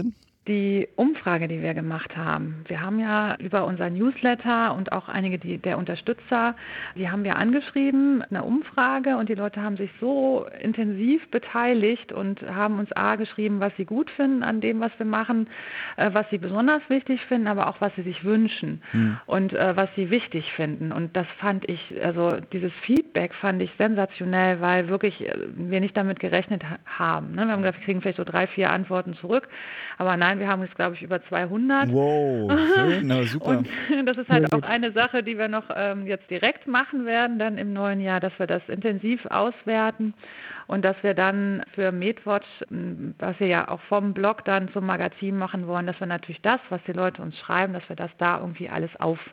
die Umfrage, die wir gemacht haben. Wir haben ja über unser Newsletter und auch einige der Unterstützer, die haben wir angeschrieben, eine Umfrage, und die Leute haben sich so intensiv beteiligt und haben uns geschrieben, was sie gut finden an dem, was wir machen, was sie besonders wichtig finden, aber auch was sie sich wünschen und was sie wichtig finden. Und das fand ich, also dieses Feedback fand ich sensationell, weil wirklich wir nicht damit gerechnet haben. Ne? Wir haben gedacht, wir kriegen vielleicht so 3-4 Antworten zurück, aber nein, wir haben jetzt, glaube ich, über 200. Wow, schön, na, super. Und das ist halt auch eine Sache, die wir noch jetzt direkt machen werden, dann im neuen Jahr, dass wir das intensiv auswerten und dass wir dann für MedWatch, was wir ja auch vom Blog dann zum Magazin machen wollen, dass wir natürlich das, was die Leute uns schreiben, dass wir das da irgendwie alles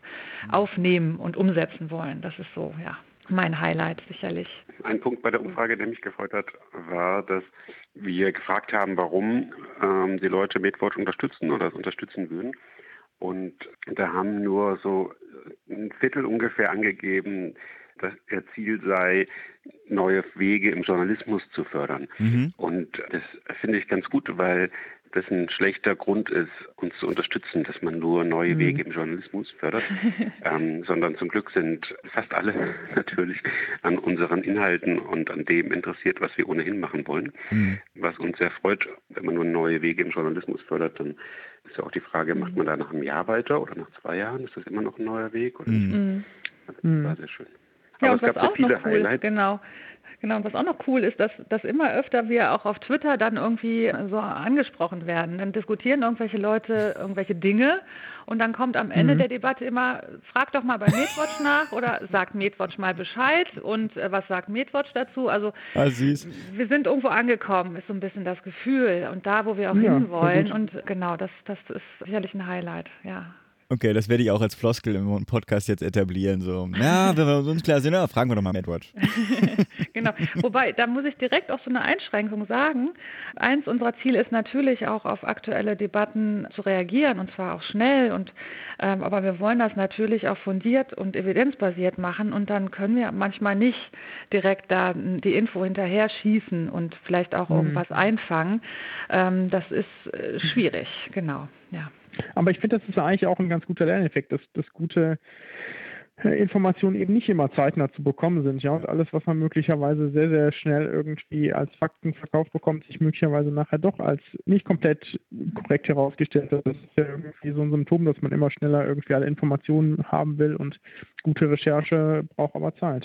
aufnehmen und umsetzen wollen. Das ist so, ja, mein Highlight sicherlich. Ein Punkt bei der Umfrage, der mich gefreut hat, war, dass wir gefragt haben, warum die Leute MedWatch unterstützen oder es unterstützen würden. Und da haben nur so ein Viertel ungefähr angegeben, dass ihr Ziel sei, neue Wege im Journalismus zu fördern. Und das finde ich ganz gut, weil das ein schlechter Grund ist, uns zu unterstützen, dass man nur neue Wege im Journalismus fördert, sondern zum Glück sind fast alle natürlich an unseren Inhalten und an dem interessiert, was wir ohnehin machen wollen. Was uns sehr freut, wenn man nur neue Wege im Journalismus fördert, dann ist ja auch die Frage, macht man da nach einem Jahr weiter oder nach 2 Jahren? Ist das immer noch ein neuer Weg? Oder nicht? Das war sehr schön. Ja, aber und es gab was so auch viele noch cool, Highlights. Genau, und was auch noch cool ist, dass immer öfter wir auch auf Twitter dann irgendwie so angesprochen werden. Dann diskutieren irgendwelche Leute irgendwelche Dinge und dann kommt am Ende der Debatte immer, frag doch mal bei MedWatch nach oder sagt MedWatch mal Bescheid und was sagt MedWatch dazu? Also süß. Wir sind irgendwo angekommen, ist so ein bisschen das Gefühl und da, wo wir auch hinwollen. Und genau, das ist sicherlich ein Highlight, ja. Okay, das werde ich auch als Floskel im Podcast jetzt etablieren. So, ja, wenn wir uns klar sind, fragen wir doch mal MedWatch. Genau, wobei, da muss ich direkt auch so eine Einschränkung sagen. Eins unserer Ziele ist natürlich auch auf aktuelle Debatten zu reagieren und zwar auch schnell. Aber wir wollen das natürlich auch fundiert und evidenzbasiert machen und dann können wir manchmal nicht direkt da die Info hinterher schießen und vielleicht auch irgendwas einfangen. Das ist schwierig, genau, ja. Aber ich finde, das ist eigentlich auch ein ganz guter Lerneffekt, dass gute Informationen eben nicht immer zeitnah zu bekommen sind. Ja, und alles, was man möglicherweise sehr, sehr schnell irgendwie als Fakten verkauft bekommt, sich möglicherweise nachher doch als nicht komplett korrekt herausgestellt hat. Das ist ja irgendwie so ein Symptom, dass man immer schneller irgendwie alle Informationen haben will und gute Recherche braucht aber Zeit.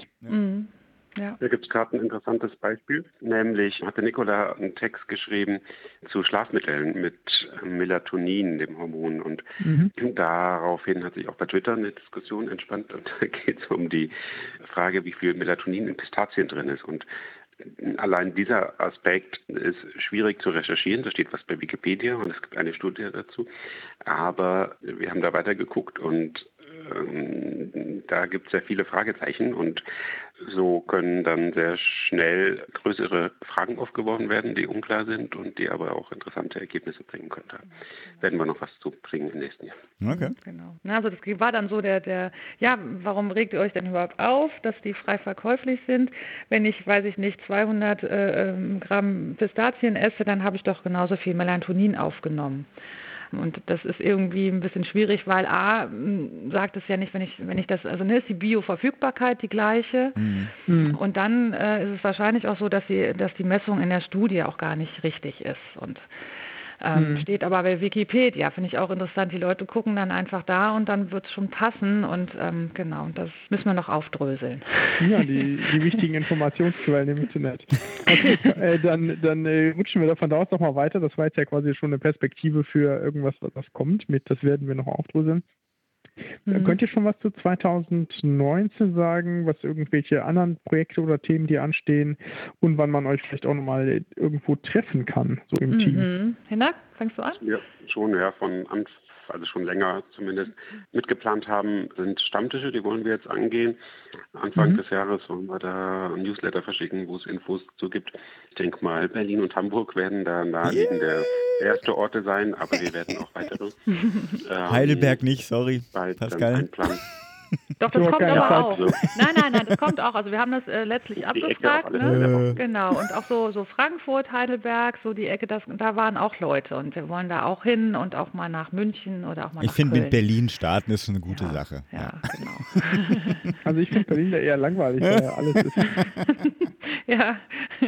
Ja. Da gibt es gerade ein interessantes Beispiel, nämlich hatte Nicola einen Text geschrieben zu Schlafmitteln mit Melatonin, dem Hormon. Und daraufhin hat sich auch bei Twitter eine Diskussion entspannt und da geht es um die Frage, wie viel Melatonin in Pistazien drin ist. Und allein dieser Aspekt ist schwierig zu recherchieren. Da steht was bei Wikipedia und es gibt eine Studie dazu. Aber wir haben da weitergeguckt und da gibt es sehr viele Fragezeichen und so können dann sehr schnell größere Fragen aufgeworfen werden, die unklar sind und die aber auch interessante Ergebnisse bringen können. Da werden wir noch was zu bringen im nächsten Jahr. Okay. Genau. Also das war dann so warum regt ihr euch denn überhaupt auf, dass die frei verkäuflich sind? Wenn ich, 200 Gramm Pistazien esse, dann habe ich doch genauso viel Melatonin aufgenommen. Und das ist irgendwie ein bisschen schwierig, weil sagt es ja nicht, wenn ich das, also ist die Bioverfügbarkeit die gleiche. Und dann ist es wahrscheinlich auch so, dass die Messung in der Studie auch gar nicht richtig ist. Und steht aber bei Wikipedia, finde ich auch interessant. Die Leute gucken dann einfach da und dann wird es schon passen und genau, das müssen wir noch aufdröseln. Ja, die wichtigen Informationsquellen im Internet. Okay, dann rutschen wir davon aus nochmal weiter. Das war jetzt ja quasi schon eine Perspektive für irgendwas, was kommt. Das werden wir noch aufdröseln. Könnt ihr schon was zu 2019 sagen, was irgendwelche anderen Projekte oder Themen, die anstehen und wann man euch vielleicht auch nochmal irgendwo treffen kann, so im Team? Hinak, fängst du an? Ja, schon, von Anfang, also schon länger zumindest mitgeplant haben, sind Stammtische, die wollen wir jetzt angehen. Anfang des Jahres wollen wir da ein Newsletter verschicken, wo es Infos dazu gibt. Ich denke mal, Berlin und Hamburg werden da naheliegende erste Orte sein, aber wir werden auch weitere. Heidelberg nicht, sorry. Bald Pascal. Einplan. Doch, das kommt keine aber Zeit. auch. Nein, das kommt auch. Also wir haben das letztlich Die Ecke abgefragt. auf alle Fälle. Genau, und auch so Frankfurt, Heidelberg, so die Ecke, da waren auch Leute und wir wollen da auch hin und auch mal nach München oder auch mal Ich nach finde, Köln. mit Berlin starten ist eine gute Sache. Ja, genau. Also ich finde Berlin da eher langweilig, weil alles ist. Ja,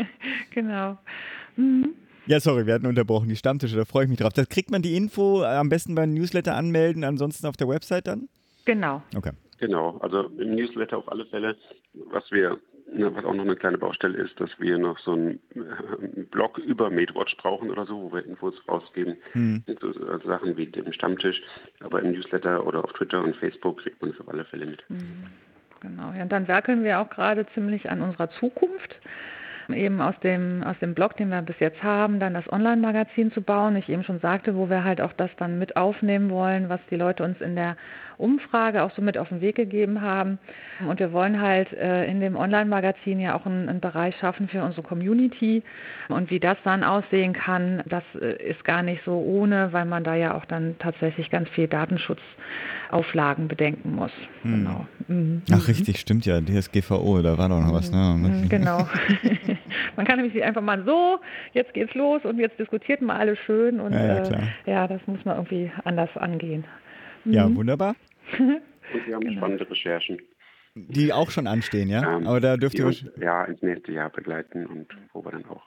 genau. Mhm. Ja, sorry, wir hatten unterbrochen. Die Stammtische, da freue ich mich drauf. Das kriegt man die Info am besten beim Newsletter anmelden, ansonsten auf der Website dann? Genau. Okay. Genau, also im Newsletter auf alle Fälle. Was auch noch eine kleine Baustelle ist, dass wir noch so einen Blog über MateWatch brauchen oder so, wo wir Infos rausgeben. So Sachen wie dem Stammtisch, aber im Newsletter oder auf Twitter und Facebook kriegt man es auf alle Fälle mit. Genau. Ja, und dann werkeln wir auch gerade ziemlich an unserer Zukunft. Eben aus dem Blog, den wir bis jetzt haben, dann das Online-Magazin zu bauen. Ich eben schon sagte, wo wir halt auch das dann mit aufnehmen wollen, was die Leute uns in der Umfrage auch so mit auf den Weg gegeben haben. Und wir wollen halt in dem Online-Magazin ja auch einen Bereich schaffen für unsere Community. Und wie das dann aussehen kann, das ist gar nicht so ohne, weil man da ja auch dann tatsächlich ganz viel Datenschutzauflagen bedenken muss. Genau. Ach richtig, stimmt ja, DSGVO, da war doch noch was. Ne? Genau. Man kann nämlich einfach mal so, jetzt geht's los und jetzt diskutiert mal alles schön und das muss man irgendwie anders angehen. Ja, wunderbar. Und wir haben spannende Recherchen. Die auch schon anstehen, ja? Aber da dürft ihr uns ins nächste Jahr begleiten und wo wir dann auch.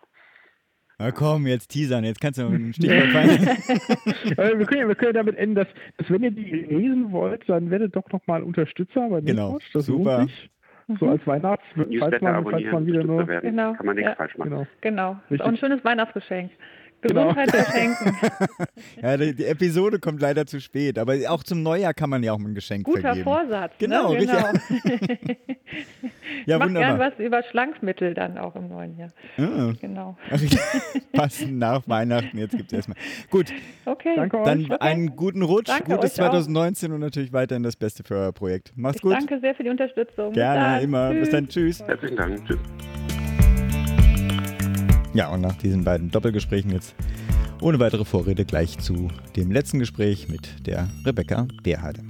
Na komm, jetzt teasern, jetzt kannst du ein Stichwort fallen. wir können damit enden, dass wenn ihr die lesen wollt, dann werdet doch noch mal Unterstützer bei MateWatch. Das super. lohnt sich. So als Newsletter abonnieren, man wieder nur werden, Genau. kann man nichts falsch machen. Genau. Das ist Richtig. auch ein schönes Weihnachtsgeschenk. Gesundheit verschenken. Ja, die Episode kommt leider zu spät, aber auch zum Neujahr kann man ja auch ein Geschenk vergeben. Guter Vorsatz. Genau, ne? richtig. Ja, Mach wunderbar. gern was über Schlankmittel dann auch im neuen Jahr. Genau. Passend nach Weihnachten, jetzt gibt es erstmal. Gut, Okay. Danke euch. dann einen guten Rutsch, Danke gutes euch auch. 2019 und natürlich weiterhin das Beste für euer Projekt. Macht's gut. Danke sehr für die Unterstützung. Gerne, Bis dann. immer. Bis dann, tschüss. Herzlichen Dank. Tschüss. Ja, und nach diesen beiden Doppelgesprächen jetzt ohne weitere Vorrede gleich zu dem letzten Gespräch mit der Rebecca Beerheide.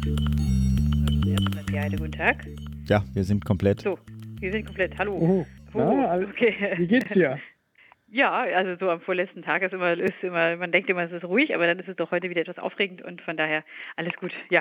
Guten Tag. Ja, wir sind komplett. So, wir sind komplett. Hallo. Oh. Okay. Wie geht's dir? Ja, also so am vorletzten Tag ist immer, man denkt immer, es ist ruhig, aber dann ist es doch heute wieder etwas aufregend und von daher alles gut, ja.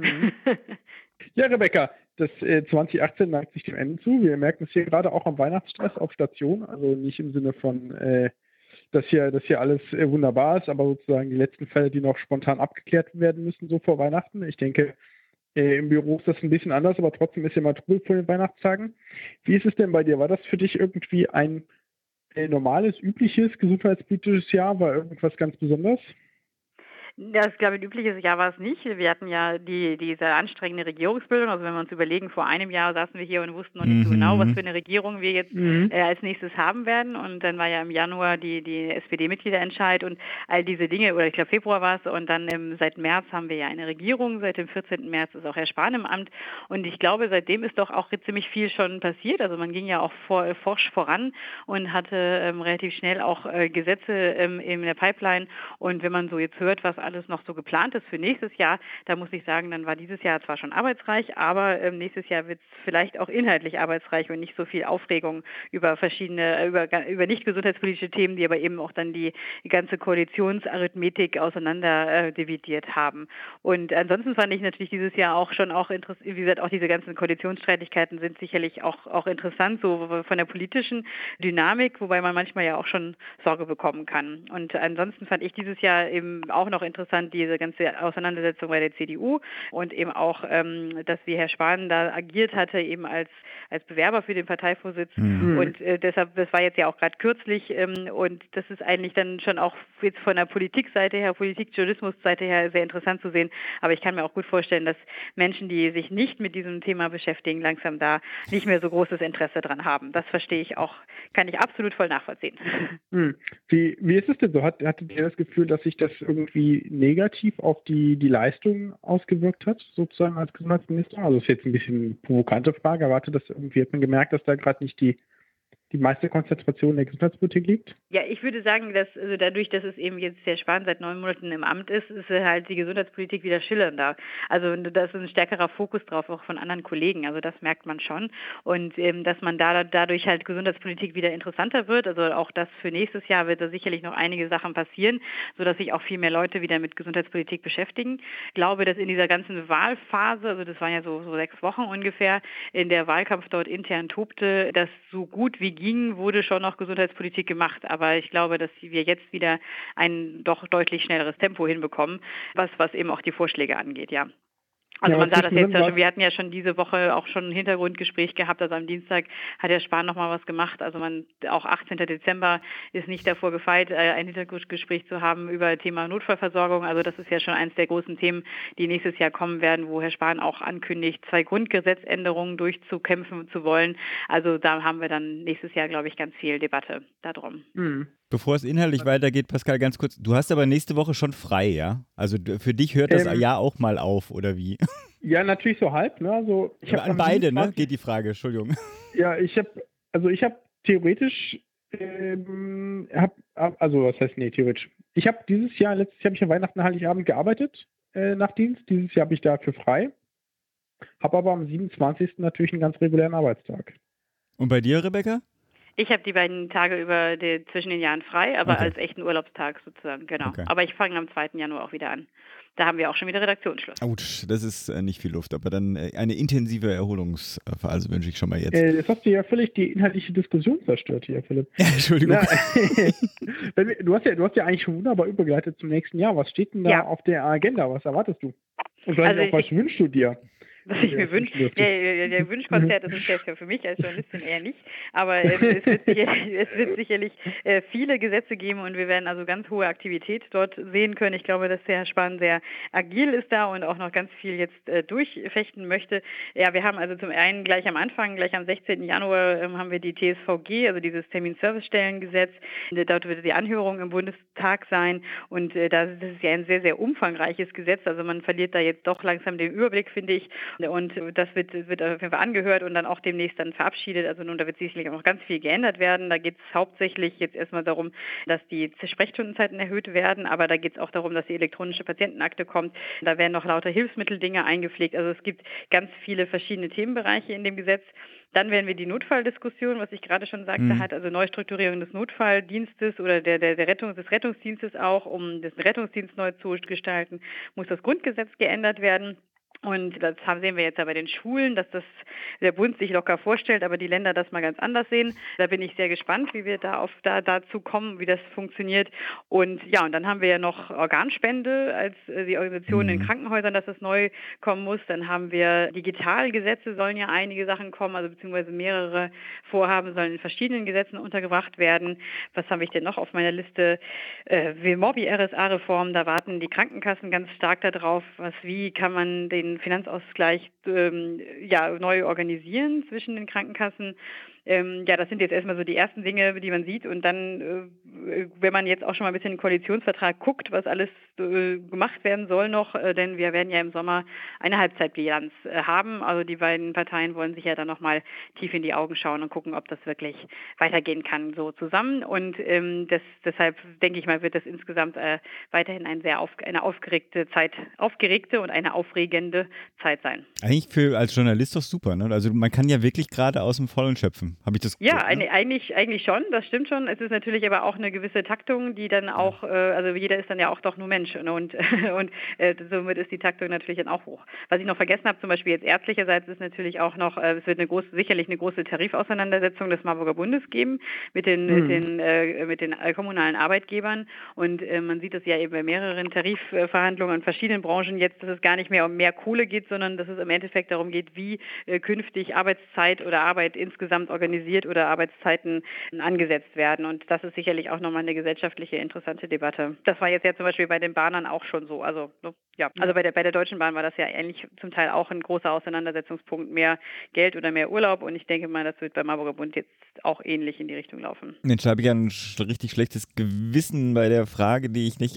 Ja, Rebecca, das 2018 neigt sich dem Ende zu. Wir merken es hier gerade auch am Weihnachtsstress auf Station, also nicht im Sinne von, dass hier alles wunderbar ist, aber sozusagen die letzten Fälle, die noch spontan abgeklärt werden müssen, so vor Weihnachten. Ich denke, im Büro ist das ein bisschen anders, aber trotzdem ist ja mal Trubel vor den Weihnachtstagen. Wie ist es denn bei dir? War das für dich irgendwie ein normales, übliches gesundheitspolitisches Jahr? War irgendwas ganz Besonderes? Das, ich glaube, ein übliches Jahr war es nicht. Wir hatten ja diese anstrengende Regierungsbildung. Also wenn wir uns überlegen, vor einem Jahr saßen wir hier und wussten noch nicht so genau, was für eine Regierung wir jetzt als nächstes haben werden. Und dann war ja im Januar die SPD-Mitgliederentscheid und all diese Dinge, oder ich glaube Februar war es. Und dann seit März haben wir ja eine Regierung. Seit dem 14. März ist auch Herr Spahn im Amt. Und ich glaube, seitdem ist doch auch ziemlich viel schon passiert. Also man ging ja auch forsch voran und hatte relativ schnell auch Gesetze in der Pipeline. Und wenn man so jetzt hört, was alles noch so geplant ist für nächstes Jahr, da muss ich sagen, dann war dieses Jahr zwar schon arbeitsreich, aber nächstes Jahr wird es vielleicht auch inhaltlich arbeitsreich und nicht so viel Aufregung über über nicht gesundheitspolitische Themen, die aber eben auch dann die ganze Koalitionsarithmetik auseinander dividiert haben. Und ansonsten fand ich natürlich dieses Jahr auch interessant, wie gesagt, auch diese ganzen Koalitionsstreitigkeiten sind sicherlich auch interessant, so von der politischen Dynamik, wobei man manchmal ja auch schon Sorge bekommen kann. Und ansonsten fand ich dieses Jahr eben auch noch interessant, diese ganze Auseinandersetzung bei der CDU und eben auch, dass wie Herr Spahn da agiert hatte, eben als Bewerber für den Parteivorsitz. Und deshalb, das war jetzt ja auch gerade kürzlich und das ist eigentlich dann schon auch jetzt von der Politikseite her, Politikjournalismusseite her sehr interessant zu sehen. Aber ich kann mir auch gut vorstellen, dass Menschen, die sich nicht mit diesem Thema beschäftigen, langsam da nicht mehr so großes Interesse dran haben. Das verstehe ich auch, kann ich absolut voll nachvollziehen. Wie ist es denn so? Hattet ihr das Gefühl, dass sich das irgendwie negativ auf die Leistung ausgewirkt hat, sozusagen als Gesundheitsminister? Also das ist jetzt ein bisschen eine provokante Frage, aber hat man gemerkt, dass da gerade nicht die die meiste Konzentration der Gesundheitspolitik liegt? Ja, ich würde sagen, dass also dadurch, dass es eben jetzt der Spahn seit 9 Monaten im Amt ist halt die Gesundheitspolitik wieder schillernder. Also da ist ein stärkerer Fokus drauf, auch von anderen Kollegen. Also das merkt man schon. Und dass man dadurch halt Gesundheitspolitik wieder interessanter wird. Also auch das für nächstes Jahr wird da sicherlich noch einige Sachen passieren, sodass sich auch viel mehr Leute wieder mit Gesundheitspolitik beschäftigen. Ich glaube, dass in dieser ganzen Wahlphase, also das waren ja so 6 Wochen ungefähr, in der Wahlkampf dort intern tobte, dass so gut wie ging, wurde schon noch Gesundheitspolitik gemacht. Aber ich glaube, dass wir jetzt wieder ein doch deutlich schnelleres Tempo hinbekommen, was eben auch die Vorschläge angeht, ja. Also man sah das jetzt ja schon, wir hatten ja schon diese Woche auch schon ein Hintergrundgespräch gehabt, also am Dienstag hat der Spahn nochmal was gemacht, also auch 18. Dezember ist nicht davor gefeit, ein Hintergrundgespräch zu haben über Thema Notfallversorgung, also das ist ja schon eines der großen Themen, die nächstes Jahr kommen werden, wo Herr Spahn auch ankündigt, 2 Grundgesetzänderungen durchzukämpfen zu wollen, also da haben wir dann nächstes Jahr, glaube ich, ganz viel Debatte darum. Bevor es inhaltlich weitergeht, Pascal, ganz kurz, du hast aber nächste Woche schon frei, ja? Also für dich hört das Jahr auch mal auf, oder wie? Ja, natürlich so halb, ne? Also ich an beide, ne? Geht die Frage, Entschuldigung. Ja, ich habe theoretisch, theoretisch. Letztes Jahr habe ich an Weihnachten, Heiligabend gearbeitet, nach Dienst. Dieses Jahr habe ich dafür frei. Habe aber am 27. natürlich einen ganz regulären Arbeitstag. Und bei dir, Rebecca? Ich habe die beiden Tage zwischen den Jahren frei, aber als echten Urlaubstag sozusagen, genau. Okay. Aber ich fange am 2. Januar auch wieder an. Da haben wir auch schon wieder Redaktionsschluss. Gut, das ist nicht viel Luft, aber dann eine intensive Erholungsphase wünsche ich schon mal jetzt. Jetzt hast du ja völlig die inhaltliche Diskussion zerstört hier, Philipp. Ja, Entschuldigung. Du hast ja eigentlich schon wunderbar übergeleitet zum nächsten Jahr. Was steht denn da auf der Agenda? Was erwartest du? Und was wünschst du dir? Was ich mir wünsche, der Wunschkonzert, das ist ja für mich als Journalistin eher nicht, aber es wird sicherlich viele Gesetze geben und wir werden also ganz hohe Aktivität dort sehen können. Ich glaube, dass der Herr Spahn sehr agil ist da und auch noch ganz viel jetzt durchfechten möchte. Ja, wir haben also zum einen gleich am Anfang, gleich am 16. Januar haben wir die TSVG, also dieses Terminservicestellengesetz. Dort wird die Anhörung im Bundestag sein und das ist ja ein sehr, sehr umfangreiches Gesetz. Also man verliert da jetzt doch langsam den Überblick, finde ich. Und das wird auf jeden Fall angehört und dann auch demnächst dann verabschiedet. Also nun, da wird sicherlich auch noch ganz viel geändert werden. Da geht es hauptsächlich jetzt erstmal darum, dass die Sprechstundenzeiten erhöht werden, aber da geht es auch darum, dass die elektronische Patientenakte kommt. Da werden noch lauter Hilfsmitteldinge eingepflegt. Also es gibt ganz viele verschiedene Themenbereiche in dem Gesetz. Dann werden wir die Notfalldiskussion, was ich gerade schon sagte, hat also Neustrukturierung des Notfalldienstes oder des Rettungsdienstes auch, um den Rettungsdienst neu zu gestalten, muss das Grundgesetz geändert werden. Und das sehen wir jetzt ja bei den Schulen, dass das der Bund sich locker vorstellt, aber die Länder das mal ganz anders sehen. Da bin ich sehr gespannt, wie wir dazu kommen, wie das funktioniert. Und ja, und dann haben wir ja noch Organspende als die Organisation in Krankenhäusern, dass das neu kommen muss. Dann haben wir Digitalgesetze, sollen ja einige Sachen kommen, also beziehungsweise mehrere Vorhaben sollen in verschiedenen Gesetzen untergebracht werden. Was habe ich denn noch auf meiner Liste? WMOBI-RSA-Reform, da warten die Krankenkassen ganz stark darauf, wie kann man den Finanzausgleich neu organisieren zwischen den Krankenkassen. Das sind jetzt erstmal so die ersten Dinge, die man sieht. Und dann, wenn man jetzt auch schon mal ein bisschen in den Koalitionsvertrag guckt, was alles gemacht werden soll noch, denn wir werden ja im Sommer eine Halbzeitbilanz haben. Also die beiden Parteien wollen sich ja dann nochmal tief in die Augen schauen und gucken, ob das wirklich weitergehen kann so zusammen. Und deshalb denke ich mal, wird das insgesamt weiterhin eine aufgeregte und eine aufregende Zeit sein. Eigentlich als Journalist doch super, ne? Also man kann ja wirklich gerade aus dem Vollen schöpfen. Habe ich das Ja, eigentlich schon, das stimmt schon. Es ist natürlich aber auch eine gewisse Taktung, die dann auch, also jeder ist dann ja auch doch nur Mensch und somit ist die Taktung natürlich dann auch hoch. Was ich noch vergessen habe, zum Beispiel jetzt ärztlicherseits, ist natürlich auch noch, es wird sicherlich eine große Tarifauseinandersetzung des Marburger Bundes geben mit den kommunalen Arbeitgebern und man sieht das ja eben bei mehreren Tarifverhandlungen in verschiedenen Branchen jetzt, dass es gar nicht mehr um mehr Kohle geht, sondern dass es im Endeffekt darum geht, wie künftig Arbeitszeit oder Arbeit insgesamt organisiert oder Arbeitszeiten angesetzt werden. Und das ist sicherlich auch nochmal eine gesellschaftliche interessante Debatte. Das war jetzt ja zum Beispiel bei den Bahnern auch schon so. Also bei der Deutschen Bahn war das ja ähnlich zum Teil auch ein großer Auseinandersetzungspunkt, mehr Geld oder mehr Urlaub. Und ich denke mal, das wird beim Marburger Bund jetzt auch ähnlich in die Richtung laufen. Mensch, da habe ich ja ein richtig schlechtes Gewissen bei der Frage, die ich nicht eigentlich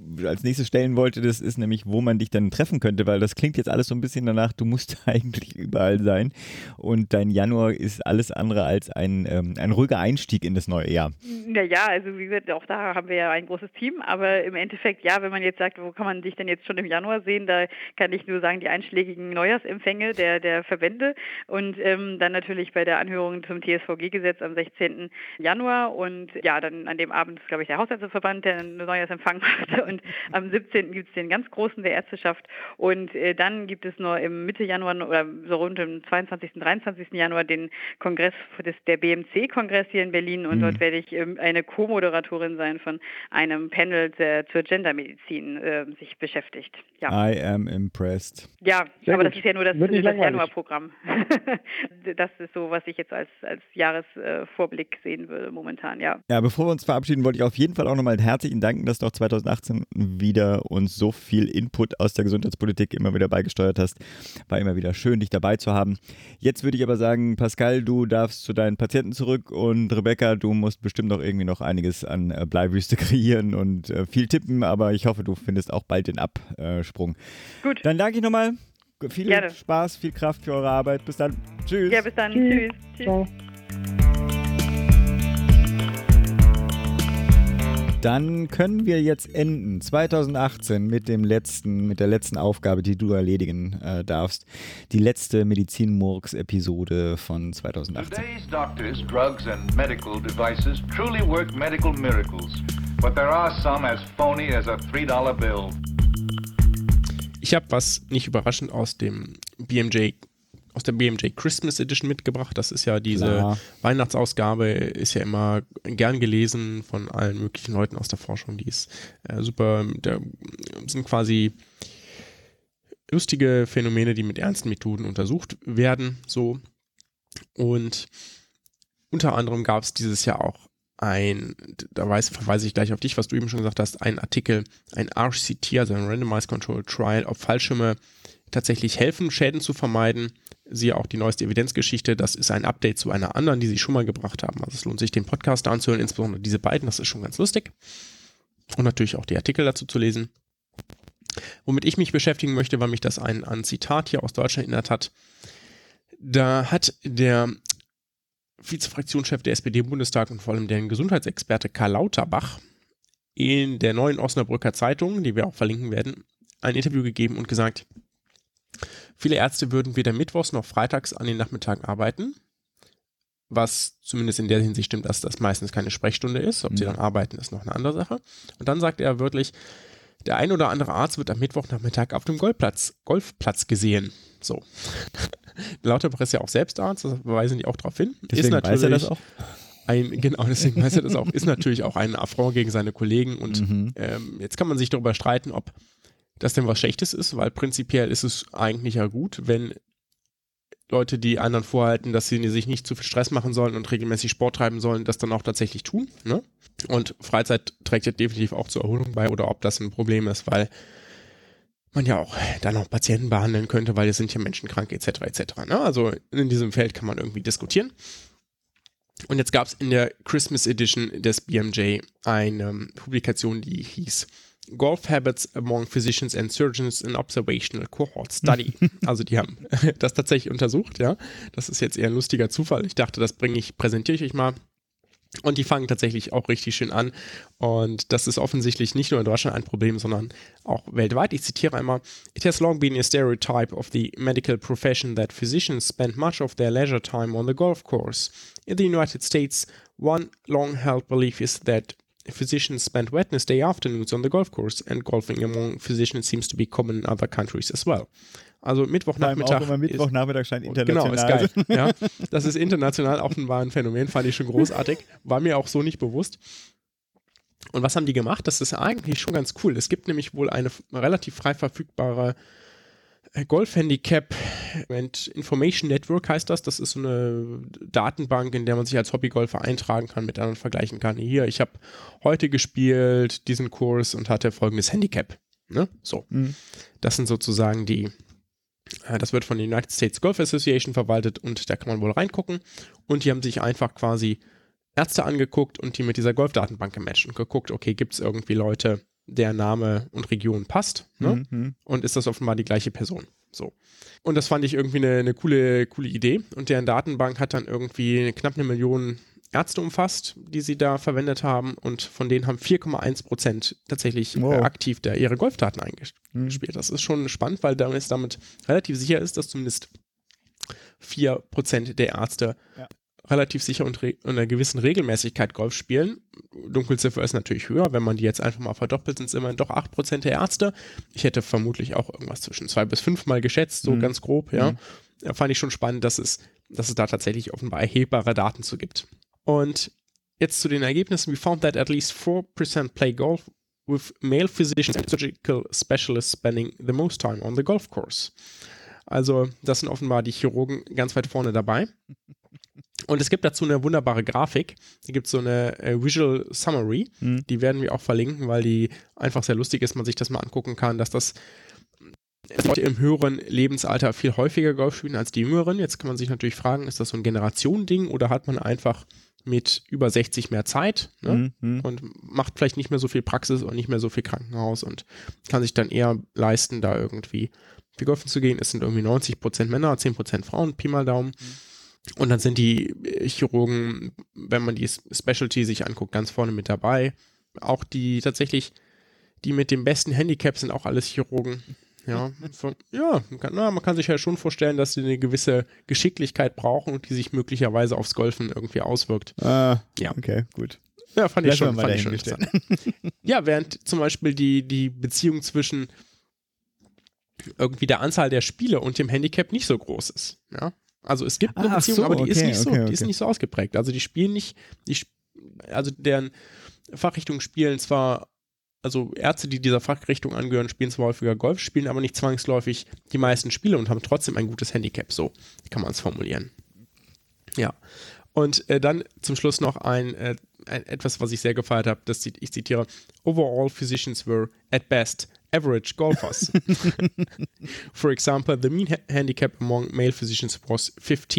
als nächstes stellen wollte, das ist nämlich, wo man dich dann treffen könnte, weil das klingt jetzt alles so ein bisschen danach, du musst eigentlich überall sein und dein Januar ist alles andere als ein ruhiger Einstieg in das neue Jahr. Naja, also wie gesagt, auch da haben wir ja ein großes Team, aber im Endeffekt, ja, wenn man jetzt sagt, wo kann man dich denn jetzt schon im Januar sehen, da kann ich nur sagen, die einschlägigen Neujahrsempfänge der Verbände und dann natürlich bei der Anhörung zum TSVG-Gesetz am 16. Januar und ja, dann an dem Abend ist, glaube ich, der Hausärzteverband, der einen Neujahrsempfang macht und am 17. gibt es den ganz großen der Ärzteschaft und dann gibt es nur im Mitte Januar oder so rund im 22., 23. Januar den Kongress der BMC-Kongress hier in Berlin und dort werde ich eine Co-Moderatorin sein von einem Panel, der zur Gendermedizin sich beschäftigt. Ja. I am impressed. Ja, Sehr aber gut. das ist ja nur das Januarprogramm. Das ist so, was ich jetzt als Jahresvorblick sehen würde momentan, ja. Ja, bevor wir uns verabschieden, wollte ich auf jeden Fall auch nochmal herzlichen danken, dass du auch 2018 wieder uns so viel Input aus der Gesundheitspolitik immer wieder beigesteuert hast. War immer wieder schön, dich dabei zu haben. Jetzt würde ich aber sagen, Pascal, du darfst zu deinen Patienten zurück und Rebecca, du musst bestimmt noch irgendwie noch einiges an Bleiwüste kreieren und viel tippen, aber ich hoffe, du findest auch bald den Absprung. Gut. Dann danke ich nochmal. Viel Spaß, viel Kraft für eure Arbeit. Bis dann. Tschüss. Ja, bis dann. Tschüss. Ciao. Dann können wir jetzt enden 2018 mit der letzten Aufgabe, die du erledigen darfst. Die letzte Medizin-Murks-Episode von 2018. Today's doctors, drugs and medical devices truly work medical miracles, but there are some as phony as a $3 bill. Ich habe was nicht überraschend aus der BMJ Christmas Edition mitgebracht. Das ist ja diese Weihnachtsausgabe, ist ja immer gern gelesen von allen möglichen Leuten aus der Forschung. Die ist super, da sind quasi lustige Phänomene, die mit ernsten Methoden untersucht werden. So. Und unter anderem gab es dieses Jahr auch verweise ich gleich auf dich, was du eben schon gesagt hast, ein Artikel, ein RCT, also ein Randomized Controlled Trial, ob Fallschirme tatsächlich helfen, Schäden zu vermeiden. Siehe auch die neueste Evidenzgeschichte, das ist ein Update zu einer anderen, die sie schon mal gebracht haben. Also es lohnt sich, den Podcast anzuhören, insbesondere diese beiden, das ist schon ganz lustig. Und natürlich auch die Artikel dazu zu lesen. Womit ich mich beschäftigen möchte, weil mich das an ein Zitat hier aus Deutschland erinnert hat. Da hat der Vizefraktionschef der SPD im Bundestag und vor allem der Gesundheitsexperte Karl Lauterbach in der neuen Osnabrücker Zeitung, die wir auch verlinken werden, ein Interview gegeben und gesagt, viele Ärzte würden weder mittwochs noch freitags an den Nachmittagen arbeiten, was zumindest in der Hinsicht stimmt, dass das meistens keine Sprechstunde ist. Ob sie dann arbeiten, ist noch eine andere Sache. Und dann sagt er wörtlich, der ein oder andere Arzt wird am Mittwochnachmittag auf dem Golfplatz gesehen. So. Lauterbach ist ja auch selbst Arzt, das weisen die auch darauf hin. Deswegen ist weiß er das auch? Deswegen weiß er das auch. Ist natürlich auch ein Affront gegen seine Kollegen. Und jetzt kann man sich darüber streiten, ob das denn was Schlechtes ist, weil prinzipiell ist es eigentlich ja gut, wenn Leute, die anderen vorhalten, dass sie sich nicht zu viel Stress machen sollen und regelmäßig Sport treiben sollen, das dann auch tatsächlich tun. Ne? Und Freizeit trägt ja definitiv auch zur Erholung bei oder ob das ein Problem ist, weil man ja auch dann auch Patienten behandeln könnte, weil es sind ja Menschen krank etc. etc. Ne? Also in diesem Feld kann man irgendwie diskutieren. Und jetzt gab es in der Christmas Edition des BMJ eine Publikation, die hieß Golf Habits Among Physicians and Surgeons in Observational Cohort Study. Also die haben das tatsächlich untersucht, ja. Das ist jetzt eher ein lustiger Zufall. Ich dachte, präsentiere ich euch mal. Und die fangen tatsächlich auch richtig schön an. Und das ist offensichtlich nicht nur in Deutschland ein Problem, sondern auch weltweit. Ich zitiere einmal: It has long been a stereotype of the medical profession that physicians spend much of their leisure time on the golf course. In the United States, one long-held belief is that physicians spend Wednesday afternoons on the golf course, and golfing among physicians seems to be common in other countries as well. Also Mittwochnachmittag. Mittwochnachmittag scheint international. Genau, ist geil. Ja, das ist international offenbar ein Phänomen, fand ich schon großartig. War mir auch so nicht bewusst. Und was haben die gemacht? Das ist eigentlich schon ganz cool. Es gibt nämlich wohl eine relativ frei verfügbare Golf-Handicap Information Network heißt das. Das ist so eine Datenbank, in der man sich als Hobbygolfer eintragen kann, mit anderen vergleichen kann. Hier, ich habe heute gespielt, diesen Kurs und hatte folgendes Handicap. Ne? So. Das sind sozusagen das wird von der United States Golf Association verwaltet und da kann man wohl reingucken. Und die haben sich einfach quasi Ärzte angeguckt und die mit dieser Golfdatenbank gematcht und geguckt, okay, gibt es irgendwie Leute, der Name und Region passt. Ne? Und ist das offenbar die gleiche Person. So. Und das fand ich irgendwie eine coole Idee. Und deren Datenbank hat dann irgendwie knapp 1 Million Ärzte umfasst, die sie da verwendet haben. Und von denen haben 4,1% tatsächlich aktiv ihre Golfdaten eingespielt. Das ist schon spannend, weil damit relativ sicher ist, dass zumindest 4% der Ärzte relativ sicher und in einer gewissen Regelmäßigkeit Golf spielen. Dunkelziffer ist natürlich höher. Wenn man die jetzt einfach mal verdoppelt, sind es immerhin doch 8% der Ärzte. Ich hätte vermutlich auch irgendwas zwischen 2 bis 5 Mal geschätzt, so ganz grob. Ja. Fand ich schon spannend, dass es da tatsächlich offenbar erhebbare Daten zu gibt. Und jetzt zu den Ergebnissen. We found that at least 4% play golf with male physicians and surgical specialists spending the most time on the golf course. Also das sind offenbar die Chirurgen ganz weit vorne dabei. Und es gibt dazu eine wunderbare Grafik. Hier gibt es so eine Visual Summary. Die werden wir auch verlinken, weil die einfach sehr lustig ist, man sich das mal angucken kann, dass Leute im höheren Lebensalter viel häufiger Golf spielen als die Jüngeren. Jetzt kann man sich natürlich fragen, ist das so ein Generationending oder hat man einfach mit über 60 mehr Zeit, ne? Und macht vielleicht nicht mehr so viel Praxis und nicht mehr so viel Krankenhaus und kann sich dann eher leisten, da irgendwie für golfen zu gehen. Es sind irgendwie 90% Männer, 10% Frauen, Pi mal Daumen. Und dann sind die Chirurgen, wenn man die Specialty sich anguckt, ganz vorne mit dabei. Auch die mit dem besten Handicap sind auch alles Chirurgen. Ja, man kann sich ja schon vorstellen, dass sie eine gewisse Geschicklichkeit brauchen und die sich möglicherweise aufs Golfen irgendwie auswirkt. Okay, gut. Ja, fand ich schon interessant. Ja, während zum Beispiel die Beziehung zwischen irgendwie der Anzahl der Spiele und dem Handicap nicht so groß ist. Ja, also es gibt eine Beziehung, aber die ist nicht so ausgeprägt. Also die spielen nicht, also deren Fachrichtungen spielen zwar, also Ärzte, die dieser Fachrichtung angehören, spielen zwar häufiger Golf, spielen aber nicht zwangsläufig die meisten Spiele und haben trotzdem ein gutes Handicap. So kann man es formulieren. Ja. Und dann zum Schluss noch etwas, was ich sehr gefeiert habe, ich zitiere: Overall physicians were at best average golfers. For example, the mean handicap among male physicians was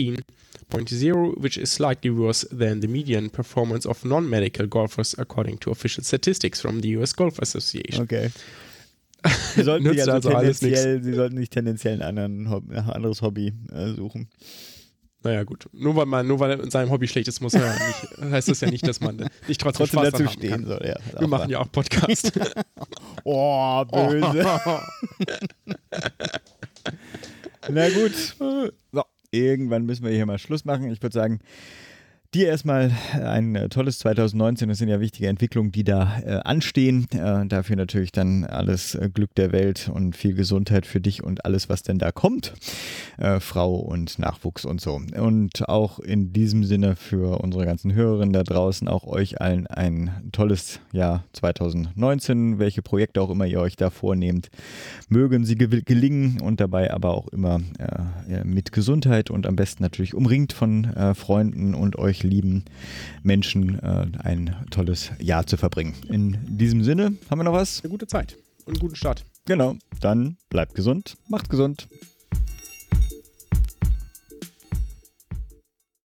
15.0, which is slightly worse than the median performance of non-medical golfers according to official statistics from the US Golf Association. Okay. Sie sollten sich tendenziell ein anderes Hobby suchen. Naja, gut. Nur weil in seinem Hobby schlecht ist, heißt das ja nicht, dass man nicht trotzdem Spaß dazu stehen soll. Ja, wir machen ja auch Podcast. Oh, böse. Na gut. So, irgendwann müssen wir hier mal Schluss machen. Ich würde sagen, dir erstmal ein tolles 2019. Das sind ja wichtige Entwicklungen, die da anstehen. Dafür natürlich dann alles Glück der Welt und viel Gesundheit für dich und alles, was denn da kommt. Frau und Nachwuchs und so. Und auch in diesem Sinne für unsere ganzen Hörerinnen da draußen, auch euch allen ein tolles Jahr 2019. Welche Projekte auch immer ihr euch da vornehmt, mögen sie gelingen und dabei aber auch immer mit Gesundheit und am besten natürlich umringt von Freunden und euch lieben Menschen ein tolles Jahr zu verbringen. In diesem Sinne, haben wir noch was? Eine gute Zeit und einen guten Start. Genau, dann bleibt gesund, macht gesund.